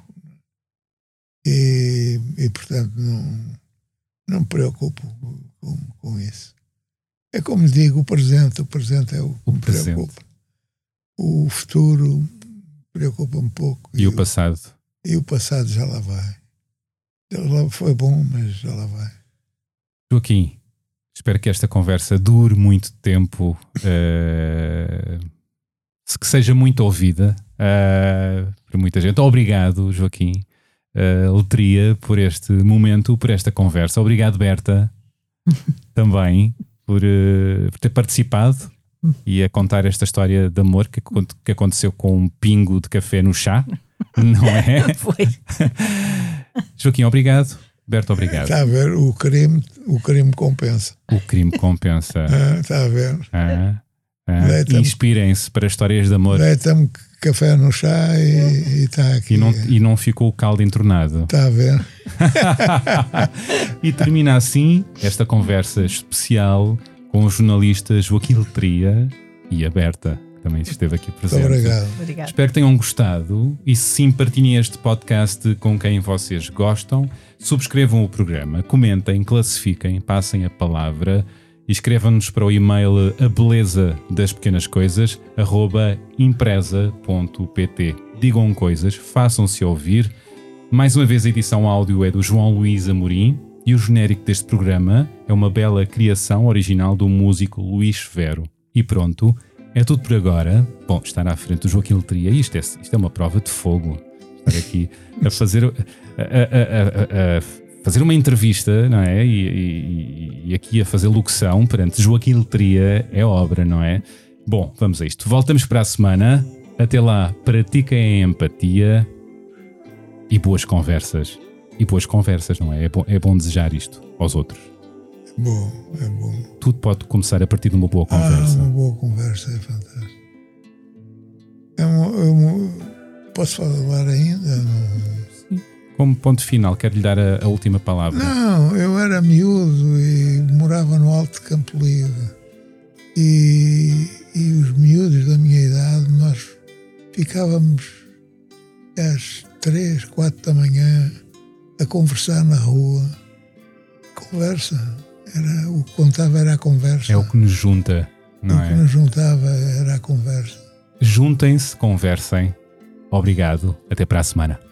E portanto, não me preocupo com isso. É como digo, o presente é o que me preocupa. O futuro preocupa um pouco. E o passado? E o passado já lá vai. Foi bom, mas já lá vai. Joaquim, espero que esta conversa dure muito tempo, que seja muito ouvida por muita gente. Obrigado, Joaquim Letria, por este momento, por esta conversa. Obrigado, Berta, também por ter participado e a contar esta história de amor que aconteceu com um pingo de café no chá, não é? Foi. Joaquim, obrigado. Berta, obrigado. Está a ver, o crime compensa. O crime compensa. Está a ver. Inspirem-se para histórias de amor. Deita-me café no chá e está aqui. E não ficou o caldo entornado. Está a ver. E termina assim esta conversa especial com o jornalista Joaquim Letria e a Berta, que também esteve aqui presente. Obrigado. Espero que tenham gostado e se sim, partilhem este podcast com quem vocês gostam, subscrevam o programa, comentem, classifiquem, passem a palavra e escrevam-nos para o e-mail abelezadas-pequenas-coisas@impresa.pt. Digam coisas, façam-se ouvir. Mais uma vez a edição áudio é do João Luís Amorim e o genérico deste programa é uma bela criação original do músico Luís Vero. E pronto, é tudo por agora. Bom, estar à frente do Joaquim Letria, isto é uma prova de fogo. Estar aqui a fazer uma entrevista, não é? E aqui a fazer locução perante Joaquim Letria é obra, não é? Bom, vamos a isto. Voltamos para a semana. Até lá, pratiquem a empatia e boas conversas. E boas conversas, não é? É bom desejar isto aos outros. É bom. Tudo pode começar a partir de uma boa conversa. Uma boa conversa é fantástico. Posso falar ainda? Como ponto final, quero-lhe dar a última palavra. Não, eu era miúdo e morava no Alto de Campolide. E os miúdos da minha idade, nós ficávamos às 3, 4 da manhã a conversar na rua. Conversa. O que contava era a conversa. É o que nos junta, não é? O que nos juntava era a conversa. Juntem-se, conversem. Obrigado. Até para a semana.